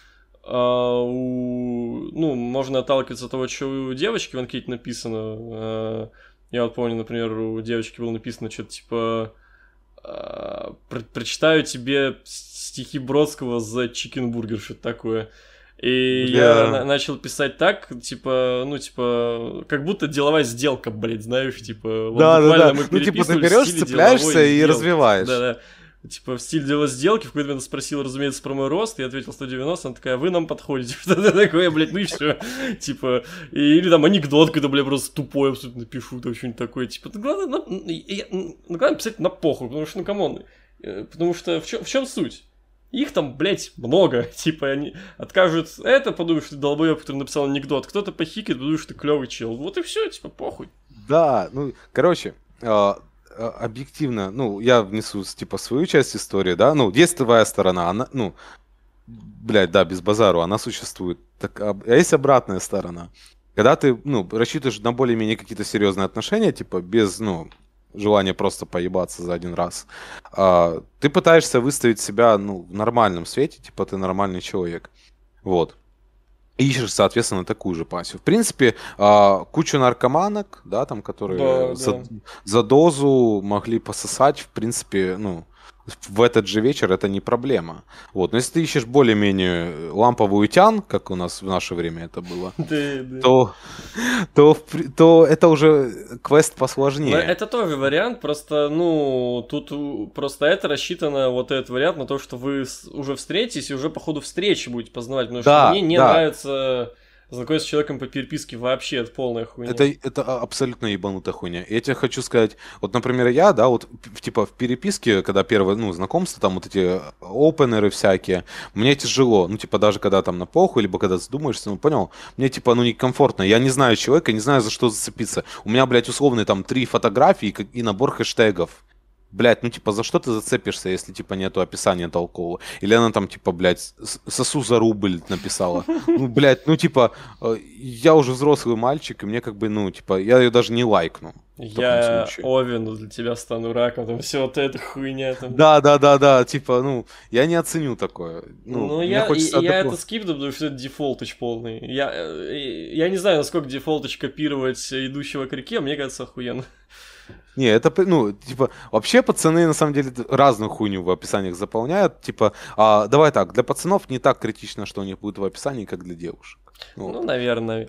Speaker 2: ну, можно отталкиваться от того, что у девочки в анкете написано. Я вот помню, например, у девочки было написано что-то типа «Прочитаю тебе стихи Бродского за чикенбургер», что-то такое. И я начал писать так, типа, ну, типа, как будто деловая сделка, блядь, знаешь, типа, вот
Speaker 1: Да.
Speaker 2: мы
Speaker 1: Ну, типа, ты
Speaker 2: переписывались в
Speaker 1: берешь,
Speaker 2: стиле
Speaker 1: цепляешься
Speaker 2: деловой
Speaker 1: и
Speaker 2: сделки.
Speaker 1: развиваешь.
Speaker 2: Да. Типа, в стиле деловой сделки, в какой-то момент спросил, разумеется, про мой рост, я ответил 190, она такая, вы нам подходите, что-то такое, блядь, ну и все, типа, или там анекдот, когда, блядь, просто тупой абсолютно пишу, там что-нибудь такое, типа, главное писать на похуй, потому что, ну, камон, потому что в чем суть? Их там, блядь, много, типа, они откажут это, подумают, что ты долбоёб, который написал анекдот, кто-то похикает, подумает, что ты клёвый чел, вот и все, типа, похуй.
Speaker 1: Да, ну, короче, объективно, ну, я внесу, типа, свою часть истории, да, ну, есть твоя сторона, она, ну, блядь, да, без базару, она существует, так, а есть обратная сторона, когда ты, ну, рассчитываешь на более-менее какие-то серьезные отношения, типа, без, ну, желания просто поебаться за один раз, ты пытаешься выставить себя, ну, в нормальном свете, типа, ты нормальный человек, вот. Ищешь, соответственно, такую же пассию. В принципе, кучу наркоманок, да, там, которые за дозу могли пососать, в принципе, ну, в этот же вечер это не проблема. Вот. Но если ты ищешь более-менее ламповую тян, как у нас в наше время это было, то это уже квест посложнее.
Speaker 2: Но это тоже вариант, просто, ну, тут просто это рассчитано, вот этот вариант, на то, что вы уже встретитесь и уже по ходу встречи будете познавать, потому что мне не нравится знакомиться с человеком по переписке вообще, это полная хуйня.
Speaker 1: Это абсолютно ебанутая хуйня. Я тебе хочу сказать, вот, например, я, да, вот, типа, в переписке, когда первое, ну, знакомство, там вот эти опенеры всякие, мне тяжело, ну, типа, даже когда там на похуй, либо когда задумаешься, ну, понял, мне, типа, ну, некомфортно, я не знаю человека, не знаю, за что зацепиться. У меня, блядь, условные там 3 фотографии и набор хэштегов. Блядь, ну типа за что ты зацепишься, если типа нету описания толкового? Или она там типа, блядь, сосу за рубль написала. Ну, блядь, ну типа, я уже взрослый мальчик, и мне как бы, ну, типа, я ее даже не лайкну.
Speaker 2: Я Овен для тебя стану раком, там все вот эта хуйня там.
Speaker 1: Да, типа, ну, я не оценю такое. Ну
Speaker 2: я это скипну, потому что это дефолтыч полный. Я не знаю, насколько дефолтыч копировать идущего к реке, мне кажется, охуенно.
Speaker 1: Не, это, ну, типа, вообще пацаны, на самом деле, разную хуйню в описаниях заполняют. Типа, давай так, для пацанов не так критично, что у них будет в описании, как для девушек.
Speaker 2: Вот. Ну, наверное.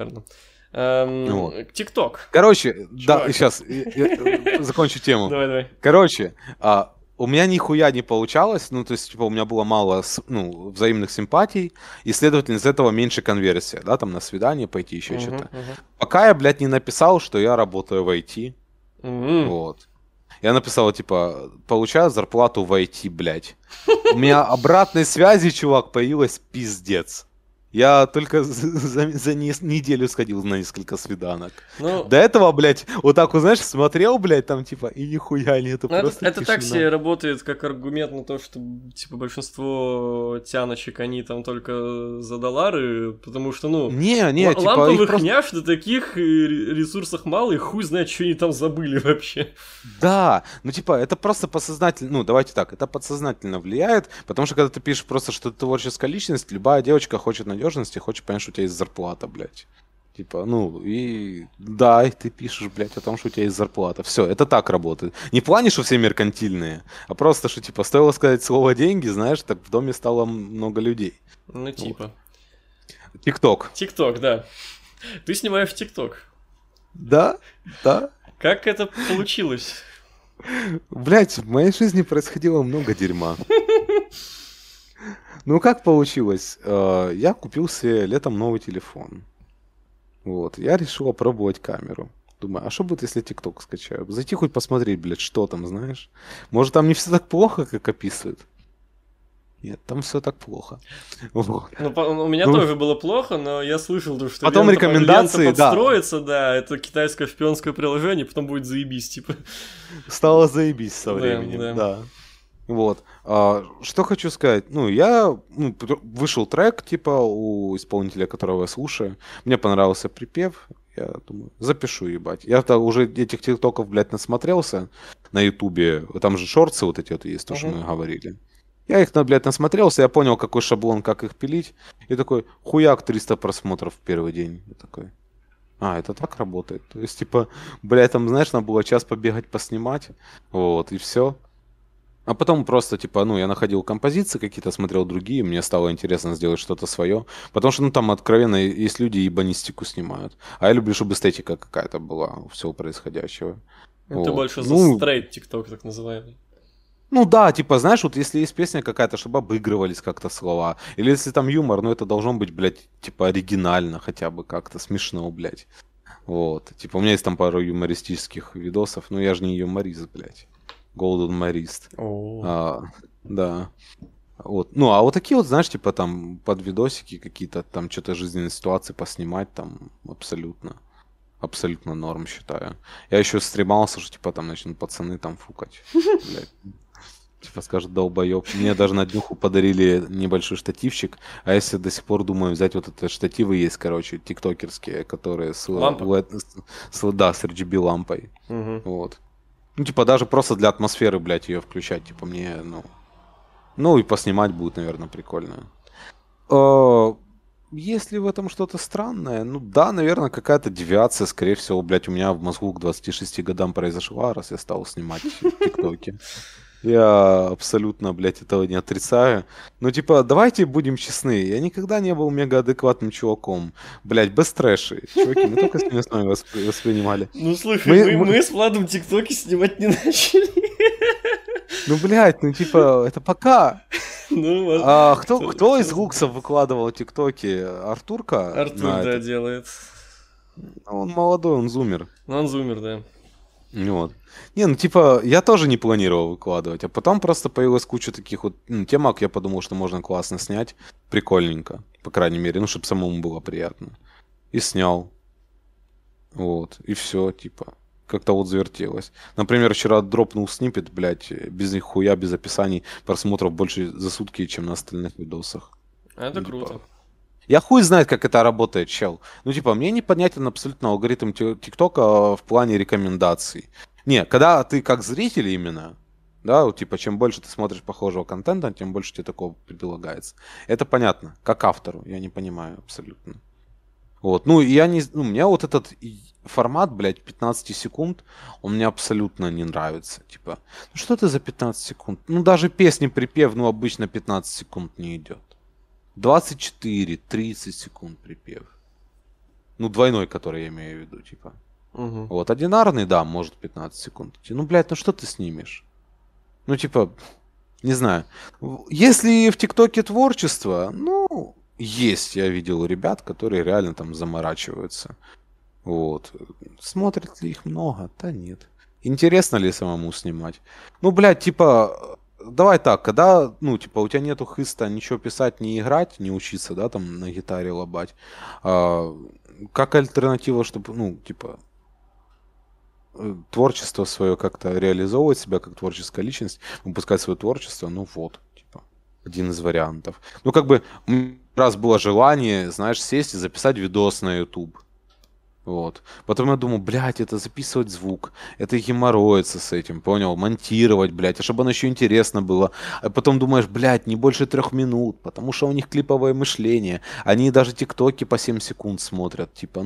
Speaker 2: ТикТок.
Speaker 1: Короче, да, сейчас, я закончу тему.
Speaker 2: Давай.
Speaker 1: Короче, у меня нихуя не получалось, ну, то есть, типа, у меня было мало, ну, взаимных симпатий, и, следовательно, из этого меньше конверсия, да, там, на свидание пойти, еще что-то. Пока я, блядь, не написал, что я работаю в IT. Вот. Я написал, типа, получаю зарплату в IT, блядь. У меня обратной связи, чувак, появилась пиздец. Я только за неделю сходил на несколько свиданок.
Speaker 2: Ну,
Speaker 1: до этого, блядь, вот так вот, знаешь, смотрел, блядь, там, типа, и нихуя нету, просто
Speaker 2: это так себе работает как аргумент на то, что, типа, большинство тяночек, они там только за доллары, потому что, ну...
Speaker 1: Не, типа,
Speaker 2: ламповых просто... няш на таких ресурсах мало, и хуй знает, что они там забыли вообще.
Speaker 1: Да, ну, типа, это просто подсознательно, ну, давайте так, это подсознательно влияет, потому что, когда ты пишешь просто, что ты творческая личность, любая девочка хочет надежности, хочет понять, что у тебя есть зарплата, блядь. Типа, ну, и да, и ты пишешь, блядь, о том, что у тебя есть зарплата. Все, это так работает. Не в плане, что все меркантильные, а просто, что, типа, стоило сказать слово «деньги», знаешь, так в доме стало много людей.
Speaker 2: Ну, типа.
Speaker 1: ТикТок.
Speaker 2: ТикТок, да. Ты снимаешь ТикТок.
Speaker 1: Да.
Speaker 2: Как это получилось?
Speaker 1: Блядь, в моей жизни происходило много дерьма. Ну, как получилось? Я купил себе летом новый телефон. Вот, я решил опробовать камеру. Думаю, а что будет, если ТикТок скачаю? Зайти хоть посмотреть, блядь, что там, знаешь? Может, там не все так плохо, как описывают? Нет, там все так плохо. Вот.
Speaker 2: Ну, у меня тоже было плохо, но я слышал, что
Speaker 1: потом рекомендации,
Speaker 2: лента подстроится, да, это китайское шпионское приложение, потом будет заебись, типа.
Speaker 1: Стало заебись со временем, да. Вот. Что хочу сказать. Ну, вышел трек, типа, у исполнителя, которого я слушаю. Мне понравился припев. Я думаю, запишу, ебать. Я-то уже этих тиктоков, блядь, насмотрелся на ютубе. Там же шорты вот эти вот есть, то, что мы говорили. Я их, блядь, насмотрелся, я понял, какой шаблон, как их пилить. И такой, хуяк, 300 просмотров в первый день. Я такой, это так работает. То есть, типа, блядь, там, знаешь, надо было час побегать, поснимать. Вот, и все. А потом просто, типа, я находил композиции какие-то, смотрел другие, мне стало интересно сделать что-то свое. Потому что, там откровенно есть люди ебанистику снимают. А я люблю, чтобы эстетика какая-то была у всего происходящего.
Speaker 2: Ну, ты больше за
Speaker 1: Ну,
Speaker 2: стрейт тикток, так называемый.
Speaker 1: ну да, типа, знаешь, вот если есть песня какая-то, чтобы обыгрывались как-то слова. Или если там юмор, это должно быть, блядь, типа, оригинально хотя бы как-то, смешно, блядь. Вот. Типа, у меня есть там пару юмористических видосов, но я же не юморист, блядь. Golden Марист. Да. Вот. Ну, а вот такие вот, знаешь, типа там под видосики какие-то, там что-то жизненные ситуации поснимать, там абсолютно норм, считаю. Я еще стремался, что типа там начнут пацаны там фукать. Блядь. Типа скажут, долбоёб. Мне даже на днюху подарили небольшой штативчик, а если до сих пор думаю взять вот это штативы есть, короче, тиктокерские, которые с RGB лампой. Вот. Ну, типа, даже просто для атмосферы, блядь, ее включать, типа, мне, и поснимать будет, наверное, прикольно. Есть ли в этом что-то странное? Ну да, наверное, какая-то девиация, скорее всего, блядь, у меня в мозгу к 26 годам произошла, раз я стал снимать тиктоки. Я абсолютно, блядь, этого не отрицаю. Ну, типа, давайте будем честны. Я никогда не был мега адекватным чуваком. Блядь, без трэшей. Чуваки, мы только с вами воспринимали.
Speaker 2: Ну, слушай, мы с Владом тиктоки снимать не начали.
Speaker 1: Ну, блядь, типа, это пока.
Speaker 2: Ну, вот.
Speaker 1: А кто из гуксов выкладывал тиктоки? Артурка?
Speaker 2: Артур, да, делает.
Speaker 1: Он молодой, он зумер.
Speaker 2: Ну, он зумер, да.
Speaker 1: Вот. Не, типа, я тоже не планировал выкладывать, а потом просто появилась куча таких вот темок, я подумал, что можно классно снять, прикольненько, по крайней мере, чтобы самому было приятно. И снял. Вот, и все, типа, как-то вот завертелось. Например, вчера дропнул сниппет, блядь, без них хуя, без описаний, просмотров больше за сутки, чем на остальных видосах.
Speaker 2: Это круто.
Speaker 1: Я хуй знает, как это работает, чел. Ну, типа, мне непонятен абсолютно алгоритм ТикТока в плане рекомендаций. Не, когда ты как зритель именно, да, вот, типа, чем больше ты смотришь похожего контента, тем больше тебе такого предлагается. Это понятно, как автору, я не понимаю абсолютно. Вот, ну, мне вот этот формат, блядь, 15 секунд, он мне абсолютно не нравится. Типа, ну что ты за 15 секунд? Ну, даже песни припев, обычно 15 секунд не идет. 24-30 секунд припев. Ну, двойной, который я имею в виду, типа.
Speaker 2: Угу.
Speaker 1: Вот, одинарный, да, может 15 секунд идти. Ну, блядь, ну что ты снимешь? Ну, типа, не знаю. Если в ТикТоке творчество, ну, есть, я видел ребят, которые реально там заморачиваются. Вот. Смотрят ли их много? Да нет. Интересно ли самому снимать? Ну, блядь, типа, давай так, когда, типа, у тебя нету хыста ничего писать, не играть, не учиться, да, там, на гитаре лобать, как альтернатива, чтобы, типа, творчество свое как-то реализовывать себя как творческая личность, выпускать свое творчество, ну вот, типа, один из вариантов. Ну, как бы, раз было желание, знаешь, сесть и записать видос на YouTube. Вот. Потом я думаю, блядь, это записывать звук, это геморроиться с этим, понял, монтировать, блядь, а чтобы оно еще интересно было. А потом думаешь, блядь, не больше 3 минут, потому что у них клиповое мышление. Они даже тиктоки по 7 секунд смотрят, типа,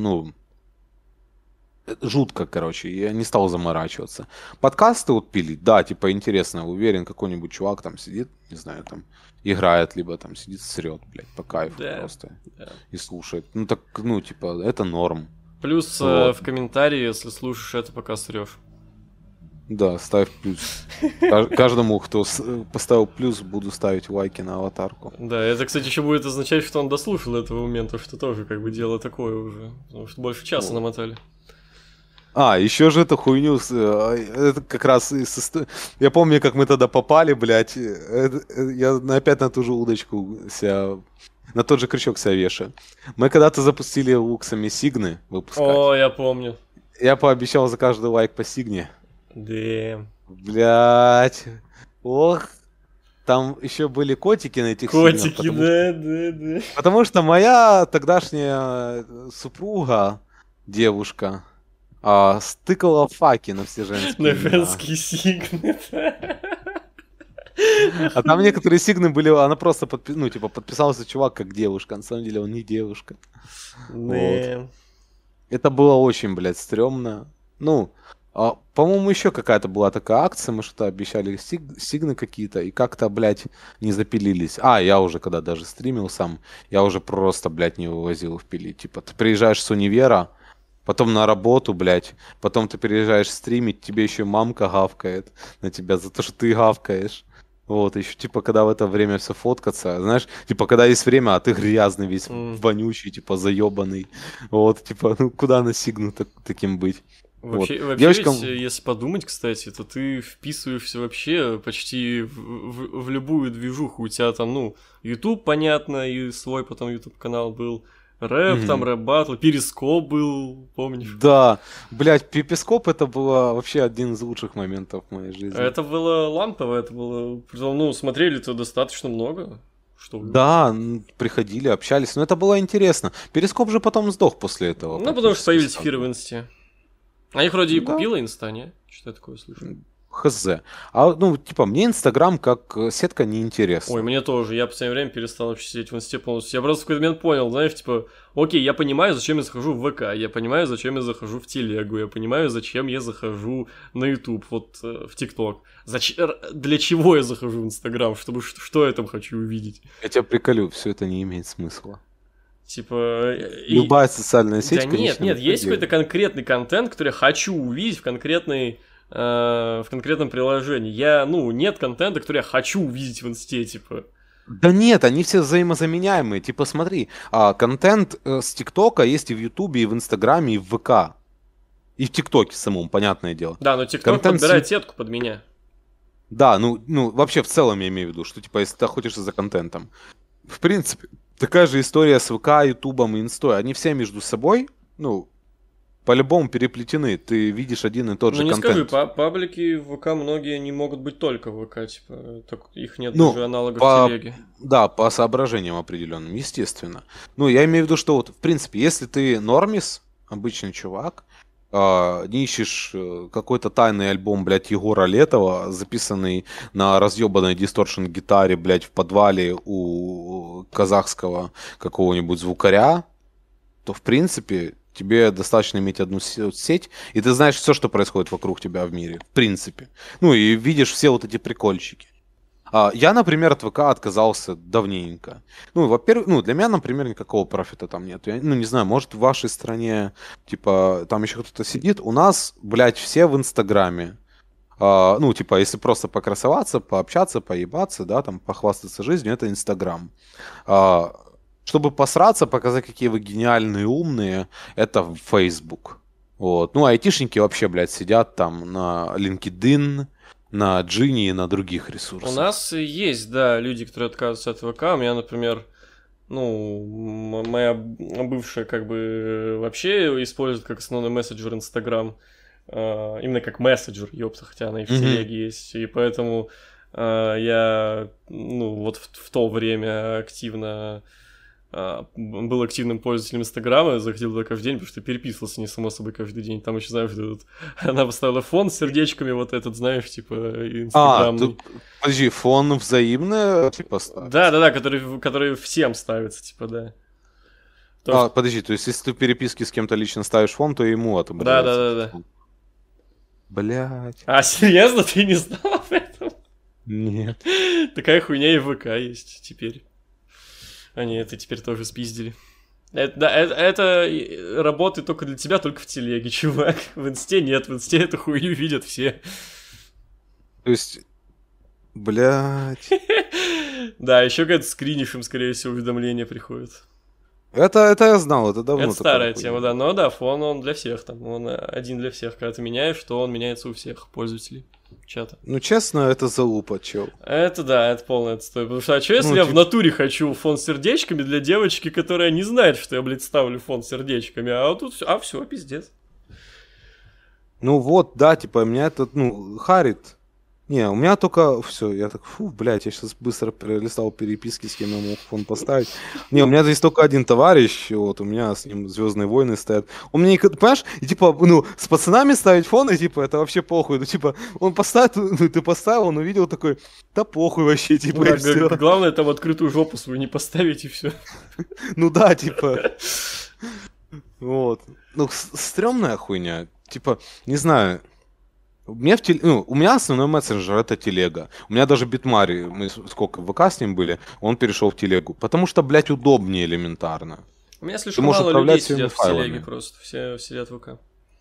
Speaker 1: жутко, короче, я не стал заморачиваться. Подкасты вот пилить, да, типа, интересно, уверен, какой-нибудь чувак там сидит, не знаю, там, играет, либо там сидит, срет, блядь, по кайфу просто. И слушает. Ну, так, типа, это норм.
Speaker 2: Плюс в комментарии, если слушаешь это, пока срешь.
Speaker 1: Да, ставь плюс. Каждому, кто поставил плюс, буду ставить лайки на аватарку.
Speaker 2: Да, это, кстати, еще будет означать, что он дослушал этого момента, что тоже как бы дело такое уже. Потому что больше часа намотали.
Speaker 1: Еще же эту хуйню, это как раз я помню, как мы тогда попали, блядь, я опять на ту же удочку себя, на тот же крючок себя вешаю. Мы когда-то запустили луксами сигны выпускать.
Speaker 2: О, я помню.
Speaker 1: Я пообещал за каждый лайк по сигне.
Speaker 2: Да.
Speaker 1: Блядь. Ох. Там еще были котики на этих сигнах.
Speaker 2: Котики, да.
Speaker 1: Потому что моя тогдашняя супруга, девушка, стыкала факи на все женские
Speaker 2: на женские сигны.
Speaker 1: А там некоторые сигны были, она просто ну, типа, подписался чувак как девушка, на самом деле он не девушка. Вот.
Speaker 2: Не.
Speaker 1: Это было очень, блядь, стрёмно. Ну, по-моему, еще какая-то была такая акция, мы что-то обещали сигны какие-то, и как-то, блядь, не запилились. Я уже, когда даже стримил сам, я уже просто, блядь, не вывозил их пилить. Типа, ты приезжаешь с универа, потом на работу, блядь, потом ты приезжаешь стримить, тебе еще мамка гавкает на тебя за то, что ты гавкаешь. Вот, еще, типа, когда в это время все фоткаться, знаешь, типа, когда есть время, а ты грязный весь, вонючий, типа, заебанный. Вот, типа, ну, куда на сигну таким быть?
Speaker 2: Вообще,
Speaker 1: Вот.
Speaker 2: вообще
Speaker 1: Девочкам...
Speaker 2: ведь, если подумать, кстати, то ты вписываешься вообще почти в любую движуху. У тебя там, ну, YouTube, понятно, и свой потом YouTube-канал был. Рэп, там рэп-баттл, Перископ был, помнишь?
Speaker 1: Да, блядь, Пипископ это было вообще один из лучших моментов в моей жизни.
Speaker 2: Это было лампово, это было... Ну, смотрели-то достаточно много. Что
Speaker 1: да, приходили, общались, но это было интересно. Перископ же потом сдох после этого.
Speaker 2: Ну, потому что появились эфиры в Инсте. А их вроде и купила Инста, не? Что я такое слышу?
Speaker 1: Хз. Ну, типа, мне Инстаграм как сетка неинтересна.
Speaker 2: Ой, мне тоже. Я в последнее время перестал вообще сидеть в Инсте полностью. Я просто в какой-то момент понял, знаешь, типа, окей, я понимаю, зачем я захожу в ВК, я понимаю, зачем я захожу в Телегу, я понимаю, зачем я захожу на YouTube, вот в ТикТок. Для чего я захожу в Инстаграм? Чтобы что я там хочу увидеть?
Speaker 1: Я тебя приколю, все это не имеет смысла.
Speaker 2: Типа...
Speaker 1: Любая социальная сеть,
Speaker 2: да
Speaker 1: конечно,
Speaker 2: нет, есть какой-то конкретный контент, который я хочу увидеть в конкретном приложении. Нет контента, который я хочу увидеть в Инсте, типа.
Speaker 1: Да нет, они все взаимозаменяемые. Типа, смотри, контент с ТикТока есть и в Ютубе, и в Инстаграме, и в ВК. И в ТикТоке самом, понятное дело.
Speaker 2: Да, но ТикТок подбирает сетку под меня.
Speaker 1: Да, ну, вообще в целом я имею в виду, что, типа, если ты охотишься за контентом. В принципе, такая же история с ВК, Ютубом и Инстой. Они все между собой, по-любому переплетены. Ты видишь один и тот же контент.
Speaker 2: Ну, не скажи, паблики в ВК многие не могут быть только в ВК, типа, их нет даже аналогов в Телеге.
Speaker 1: Да, по соображениям определенным, естественно. Ну, я имею в виду, что вот, в принципе, если ты нормис, обычный чувак, не ищешь какой-то тайный альбом, блядь, Егора Летова, записанный на разъебанной дисторшн-гитаре, блядь, в подвале у казахского какого-нибудь звукаря, то, в принципе, тебе достаточно иметь одну сеть, и ты знаешь все, что происходит вокруг тебя в мире, в принципе. Ну, и видишь все вот эти прикольчики. Я, например, от ВК отказался давненько. Ну, во-первых, для меня, например, никакого профита там нет. Я, не знаю, может, в вашей стране, типа, там еще кто-то сидит. У нас, блядь, все в Инстаграме. Типа, если просто покрасоваться, пообщаться, поебаться, да, там, похвастаться жизнью, это Инстаграм. Чтобы посраться, показать, какие вы гениальные, умные, это Facebook. Вот. Ну, айтишники вообще, блядь, сидят там на LinkedIn, на Джине и на других ресурсах.
Speaker 2: У нас есть, да, люди, которые отказываются от ВК. У меня, например, моя бывшая как бы вообще использует как основной мессенджер Инстаграм. Именно как мессенджер, ёпта, хотя она и в телеге есть. И поэтому я, вот в то время активно... был активным пользователем Инстаграма, заходил туда каждый день, потому что переписывался не само собой каждый день. Там еще, знаешь, она поставила фон с сердечками, вот этот, знаешь, типа, инстаграмный.
Speaker 1: Подожди, фон взаимный, типа, ставится?
Speaker 2: Да, который всем ставится, типа, да.
Speaker 1: Подожди, то есть, если ты в переписке с кем-то лично ставишь фон, то ему отображается.
Speaker 2: Да.
Speaker 1: Блядь.
Speaker 2: Серьезно? Ты не знал об этом?
Speaker 1: Нет.
Speaker 2: Такая хуйня и в ВК есть теперь. Они это теперь тоже спиздили. Это работает только для тебя, только в телеге, чувак. В Инсте нет, в Инсте эту хуйню видят все.
Speaker 1: То есть, блядь.
Speaker 2: Да, еще когда скринишь им, скорее всего, уведомления приходят.
Speaker 1: Это я знал, это давно.
Speaker 2: Это старая тема, да. Но да, фон он для всех там. Он один для всех. Когда ты меняешь, то он меняется у всех пользователей чата.
Speaker 1: Ну, честно, это залупа, чел.
Speaker 2: Это да, это полный отстой. Потому что, что если я в натуре хочу фон с сердечками для девочки, которая не знает, что я, блядь, ставлю фон с сердечками, а вот тут все, пиздец.
Speaker 1: Ну вот, да, типа, меня это, харит. Не, у меня только все, я так, фу, блядь, я сейчас быстро перелистал переписки, с кем я мог фон поставить. Не, у меня здесь только один товарищ, вот, у меня с ним «Звездные войны» стоят. Он мне, понимаешь, и типа, ну, с пацанами ставить фон, и типа, это вообще похуй. Ну, типа, он поставил, ну, ты поставил, он увидел такой, да похуй вообще, типа,
Speaker 2: Ну,
Speaker 1: и все.
Speaker 2: главное там открытую жопу свою не поставить, и все.
Speaker 1: Ну да, типа, вот. Ну, стрёмная хуйня. Типа, не знаю, у меня основной мессенджер это телега. У меня даже Битмари, мы сколько в ВК с ним были, он перешел в телегу. Потому что, блядь, удобнее элементарно.
Speaker 2: У меня
Speaker 1: Ты
Speaker 2: слишком
Speaker 1: можешь
Speaker 2: мало людей
Speaker 1: отправлять своими
Speaker 2: сидят в телеге
Speaker 1: файлами.
Speaker 2: просто. Все сидят в ВК.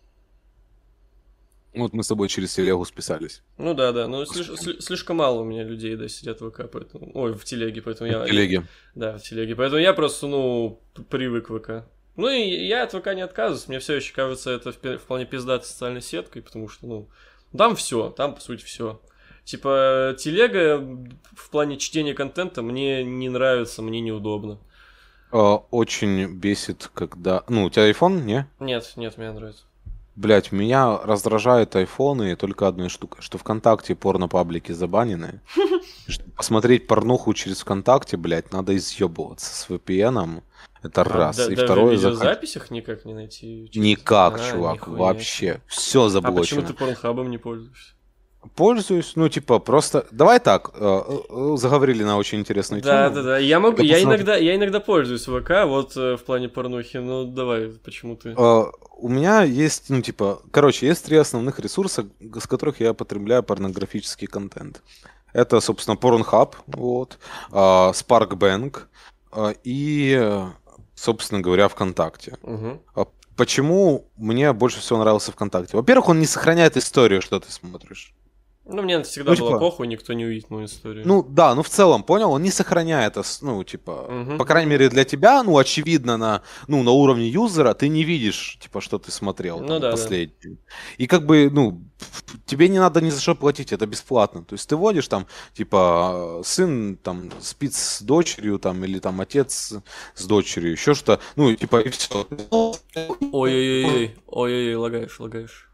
Speaker 1: Вот мы с тобой через телегу списались.
Speaker 2: Ну да, да. Но слишком мало у меня людей, да, сидят в ВК, поэтому. Ой, в телеге, поэтому
Speaker 1: В телеге.
Speaker 2: Да, в телеге. Поэтому я просто, ну, привык в ВК. Ну и я от ВК не отказываюсь. Мне все еще кажется, это вполне пиздатой социальной сеткой, потому что, ну, там все, там по сути все. Типа, телега в плане чтения контента мне не нравится, мне неудобно.
Speaker 1: Очень бесит, когда... Ну, у тебя iPhone, не?
Speaker 2: Нет, мне нравится.
Speaker 1: Блять, меня раздражают айфоны только одной штукой, что ВКонтакте порно-паблики забанены. Чтобы посмотреть порнуху через ВКонтакте, блять, надо изъебываться с VPN-ом. Это раз. И
Speaker 2: Даже в
Speaker 1: второе,
Speaker 2: видеозаписях никак не найти?
Speaker 1: никак, чувак,
Speaker 2: нихуя
Speaker 1: вообще. Все
Speaker 2: себе. А почему
Speaker 1: заблочено.
Speaker 2: ты порнхабом не пользуешься?
Speaker 1: Пользуюсь, ну, типа, просто... Давай так, заговорили на очень интересную
Speaker 2: Да,
Speaker 1: тему.
Speaker 2: да, да. Я
Speaker 1: Допустим,
Speaker 2: иногда пользуюсь ВК, вот в плане порнухи. Ну, давай, почему ты?
Speaker 1: у меня есть, ну, типа, короче, есть 3 основных ресурса, с которых я потребляю порнографический контент. Это, собственно, Pornhub, вот, Sparkbank и, собственно говоря, ВКонтакте.
Speaker 2: Угу.
Speaker 1: Почему мне больше всего нравился ВКонтакте? Во-первых, он не сохраняет историю, что ты смотришь.
Speaker 2: Ну, мне всегда
Speaker 1: Ну,
Speaker 2: было
Speaker 1: типа,
Speaker 2: похуй, никто не увидит мою историю.
Speaker 1: ну да, ну в целом, понял, он не сохраняет, ну, типа,
Speaker 2: Мгм.
Speaker 1: по крайней мере для тебя, ну, очевидно, на уровне юзера ты не видишь, типа, что ты смотрел,
Speaker 2: Ну
Speaker 1: там,
Speaker 2: да, да.
Speaker 1: последний. И как бы, ну, тебе не надо ни за что платить, это бесплатно. То есть ты вводишь там, типа, сын там спит с дочерью, там, или там отец с дочерью, еще что, ну, типа, и все.
Speaker 2: Ой-ой-ой, лагаешь.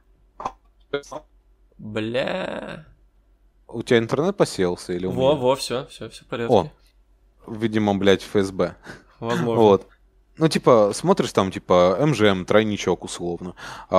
Speaker 2: Бля.
Speaker 1: У тебя интернет посеялся или у меня?
Speaker 2: Во, все в порядке.
Speaker 1: О, видимо, блядь, ФСБ.
Speaker 2: Возможно.
Speaker 1: Вот. Ну, типа, смотришь там, типа, МЖМ, тройничок, условно.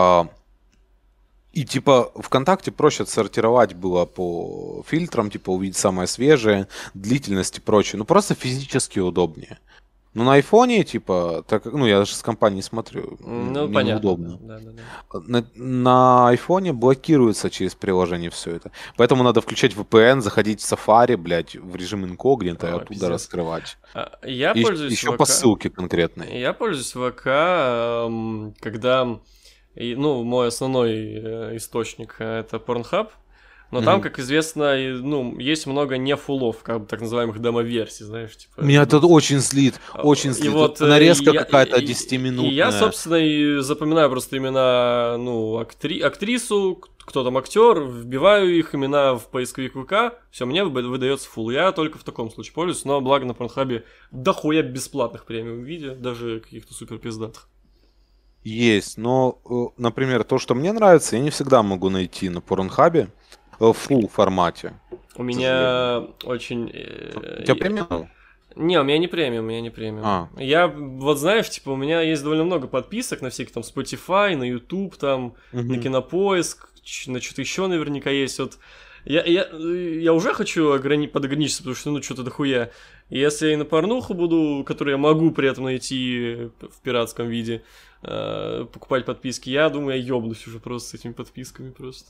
Speaker 1: И, типа, ВКонтакте проще отсортировать было по фильтрам, типа, увидеть самое свежее, длительность и прочее. Ну, просто физически удобнее. Ну, на айфоне, типа, так, ну, я даже с компанией смотрю,
Speaker 2: Ну,
Speaker 1: мне
Speaker 2: понятно.
Speaker 1: неудобно.
Speaker 2: Да.
Speaker 1: На айфоне блокируется через приложение все это. Поэтому надо включать VPN, заходить в Safari, блядь, в режим инкогнито и оттуда
Speaker 2: Пиздец.
Speaker 1: раскрывать.
Speaker 2: Я
Speaker 1: И
Speaker 2: пользуюсь
Speaker 1: еще
Speaker 2: ВК.
Speaker 1: по ссылке конкретной.
Speaker 2: Я пользуюсь ВК, когда, ну, мой основной источник это Pornhub, но там, как известно, ну, есть много не фуллов, как бы так называемых демо-версий, знаешь, типа.
Speaker 1: Меня это очень злит, очень
Speaker 2: И
Speaker 1: злит.
Speaker 2: вот
Speaker 1: Нарезка
Speaker 2: я-
Speaker 1: какая-то
Speaker 2: и-
Speaker 1: 10-минутная.
Speaker 2: И я, собственно, и запоминаю просто имена, ну, актрису, кто там актер, вбиваю их имена в поисковик ВК, все, мне выдается фул. Я только в таком случае пользуюсь, но благо на Порнхабе дохуя бесплатных премиум видео, даже каких-то супер пиздатых.
Speaker 1: Есть, но, например, то, что мне нравится, я не всегда могу найти на Порнхабе в full формате.
Speaker 2: У меня очень...
Speaker 1: У тебя премиум?
Speaker 2: Не, у меня не премиум.
Speaker 1: А.
Speaker 2: Я, вот знаешь, типа, у меня есть довольно много подписок на всякие там Spotify, на YouTube, там, на Кинопоиск, на что-то еще наверняка есть. Вот я уже хочу подограничиться, потому что, ну, что-то дохуя. И если я и на порнуху буду, которую я могу при этом найти в пиратском виде, покупать подписки, я думаю, я ёбнусь уже просто с этими подписками просто.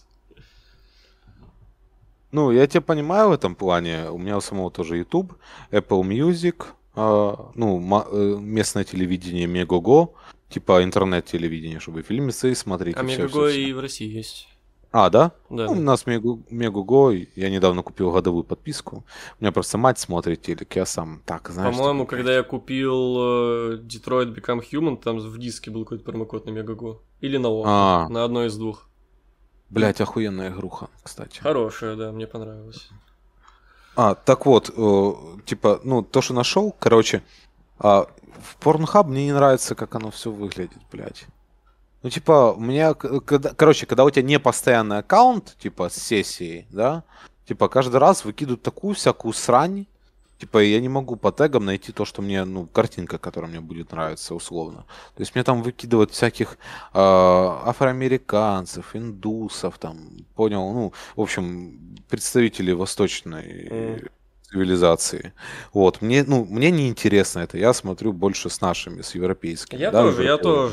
Speaker 1: Ну, я тебя понимаю в этом плане. У меня у самого тоже YouTube, Apple Music, местное телевидение Мегого, типа интернет-телевидение, чтобы фильмы свои смотреть.
Speaker 2: А Мегаго и в России есть.
Speaker 1: А, да?
Speaker 2: Да.
Speaker 1: Ну, у нас Мегого, я недавно купил годовую подписку. У меня просто мать смотрит телек, я сам так, знаешь.
Speaker 2: По-моему, когда я купил Detroit Become Human, там в диске был какой-то промокод на Мегаго. Или на ОКО, на одной из двух.
Speaker 1: Блять, охуенная игруха, кстати.
Speaker 2: Хорошая, да, мне понравилась.
Speaker 1: Так вот, типа, ну, то, что нашел, короче, в Pornhub мне не нравится, как оно все выглядит, блядь. Ну, типа, когда у тебя не постоянный аккаунт, типа, с сессией, да, Типа, каждый раз выкидывают такую всякую срань. Типа, я не могу по тегам найти то, что мне, ну, картинка, которая мне будет нравиться, условно. То есть мне там выкидывают всяких афроамериканцев, индусов, там, понял, ну, в общем, представителей восточной цивилизации. Вот, мне не интересно это, я смотрю больше с нашими, с европейскими.
Speaker 2: Я
Speaker 1: да,
Speaker 2: тоже.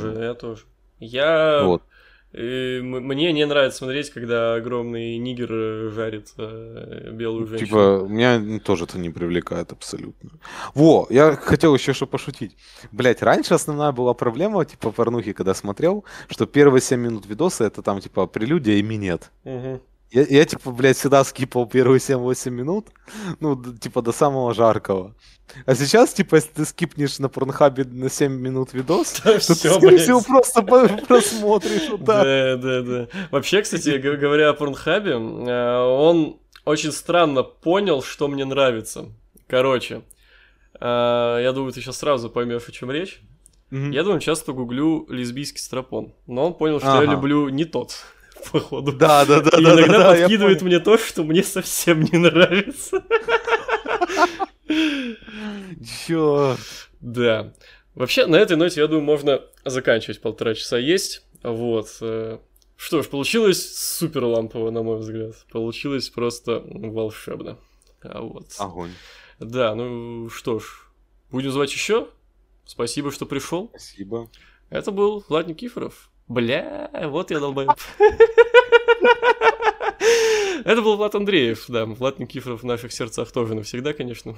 Speaker 1: Вот.
Speaker 2: Мне не нравится смотреть, когда огромный нигер жарит белую женщину.
Speaker 1: Типа, меня тоже это не привлекает абсолютно. Во, я хотел еще что пошутить. Блять, раньше основная была проблема, типа, порнухи, когда смотрел, что первые 7 минут видоса это там, типа, прелюдия и минет.
Speaker 2: Угу.
Speaker 1: Я, типа, блядь, всегда скипал первые 7-8 минут, ну, типа, до самого жаркого. А сейчас, типа, если ты скипнешь на порнхабе на 7 минут видос, то ты, скорее всего, просто просмотришь вот так.
Speaker 2: Да. Вообще, кстати, говоря о порнхабе, он очень странно понял, что мне нравится. Короче, я думаю, ты сейчас сразу поймешь, о чем речь. Я думаю, часто гуглю лесбийский стропон, но он понял, что я люблю не тот. Походу.
Speaker 1: Да.
Speaker 2: И иногда подкидывает мне то, что мне совсем не нравится.
Speaker 1: Чё?
Speaker 2: Да. Вообще, на этой ноте, я думаю, можно заканчивать, 1,5 часа есть. Вот. Что ж, получилось супер лампово, на мой взгляд. Получилось просто волшебно. Вот.
Speaker 1: Огонь.
Speaker 2: Да, ну что ж, будем звать еще. Спасибо, что пришел.
Speaker 1: Спасибо.
Speaker 2: Это был Влад Никифоров. Бля, вот я долбоёб. Это был Влад Андреев, да. Влад Никифоров в наших сердцах тоже навсегда, конечно.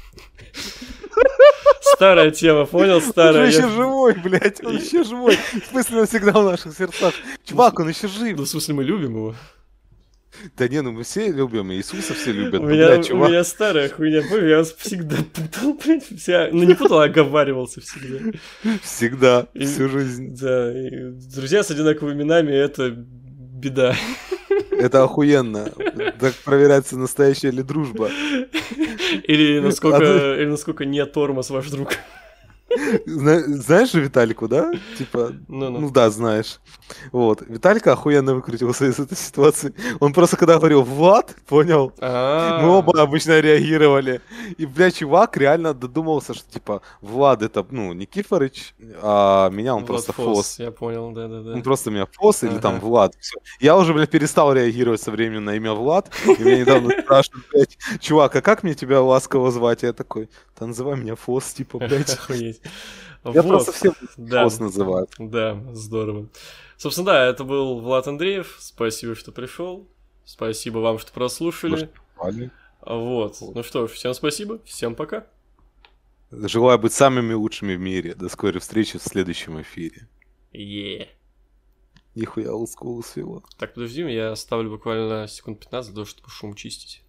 Speaker 2: Старая тема, понял? Старая.
Speaker 1: Он еще живой, блядь, он еще живой. В смысле, он всегда в наших сердцах. Чувак, он еще жив.
Speaker 2: Ну, в смысле, мы любим его.
Speaker 1: Да не, ну мы все любим, Иисуса все любят.
Speaker 2: У меня старая хуйня, помню, я вас всегда путал, блядь, ну не путал, а оговаривался всегда.
Speaker 1: Всегда, всю жизнь.
Speaker 2: Да, друзья с одинаковыми именами — это беда.
Speaker 1: Это охуенно. Так проверяется, настоящая ли дружба.
Speaker 2: Или насколько не тормоз ваш друг.
Speaker 1: Знаешь же Виталику, да? Типа, ну да, знаешь. Вот. Виталька охуенно выкрутился из этой ситуации. Он просто когда говорил «Влад», понял? Мы оба обычно реагировали. И, бля, чувак реально додумался, что типа Влад это, ну, Никифорыч, а меня он просто Фос.
Speaker 2: Я понял, да.
Speaker 1: Он просто меня Фос или там Влад. Всё. Я уже, бля, перестал реагировать со временем на имя Влад. И меня недавно спрашивают, блядь, чувак, а как мне тебя ласково звать? Я такой, да называй меня Фос, типа, блядь.
Speaker 2: Охуеть.
Speaker 1: Я просто всем Фос называю.
Speaker 2: Да, здорово. Собственно, да, это был Влад Андреев. Спасибо, что пришел. Спасибо вам, что прослушали. Вот. Ну что ж, всем спасибо, всем пока.
Speaker 1: Желаю быть самыми лучшими в мире. До скорой встречи в следующем эфире. Нихуя олдскул свело.
Speaker 2: Так, подожди, я оставлю буквально секунд 15 для того, чтобы шум чистить.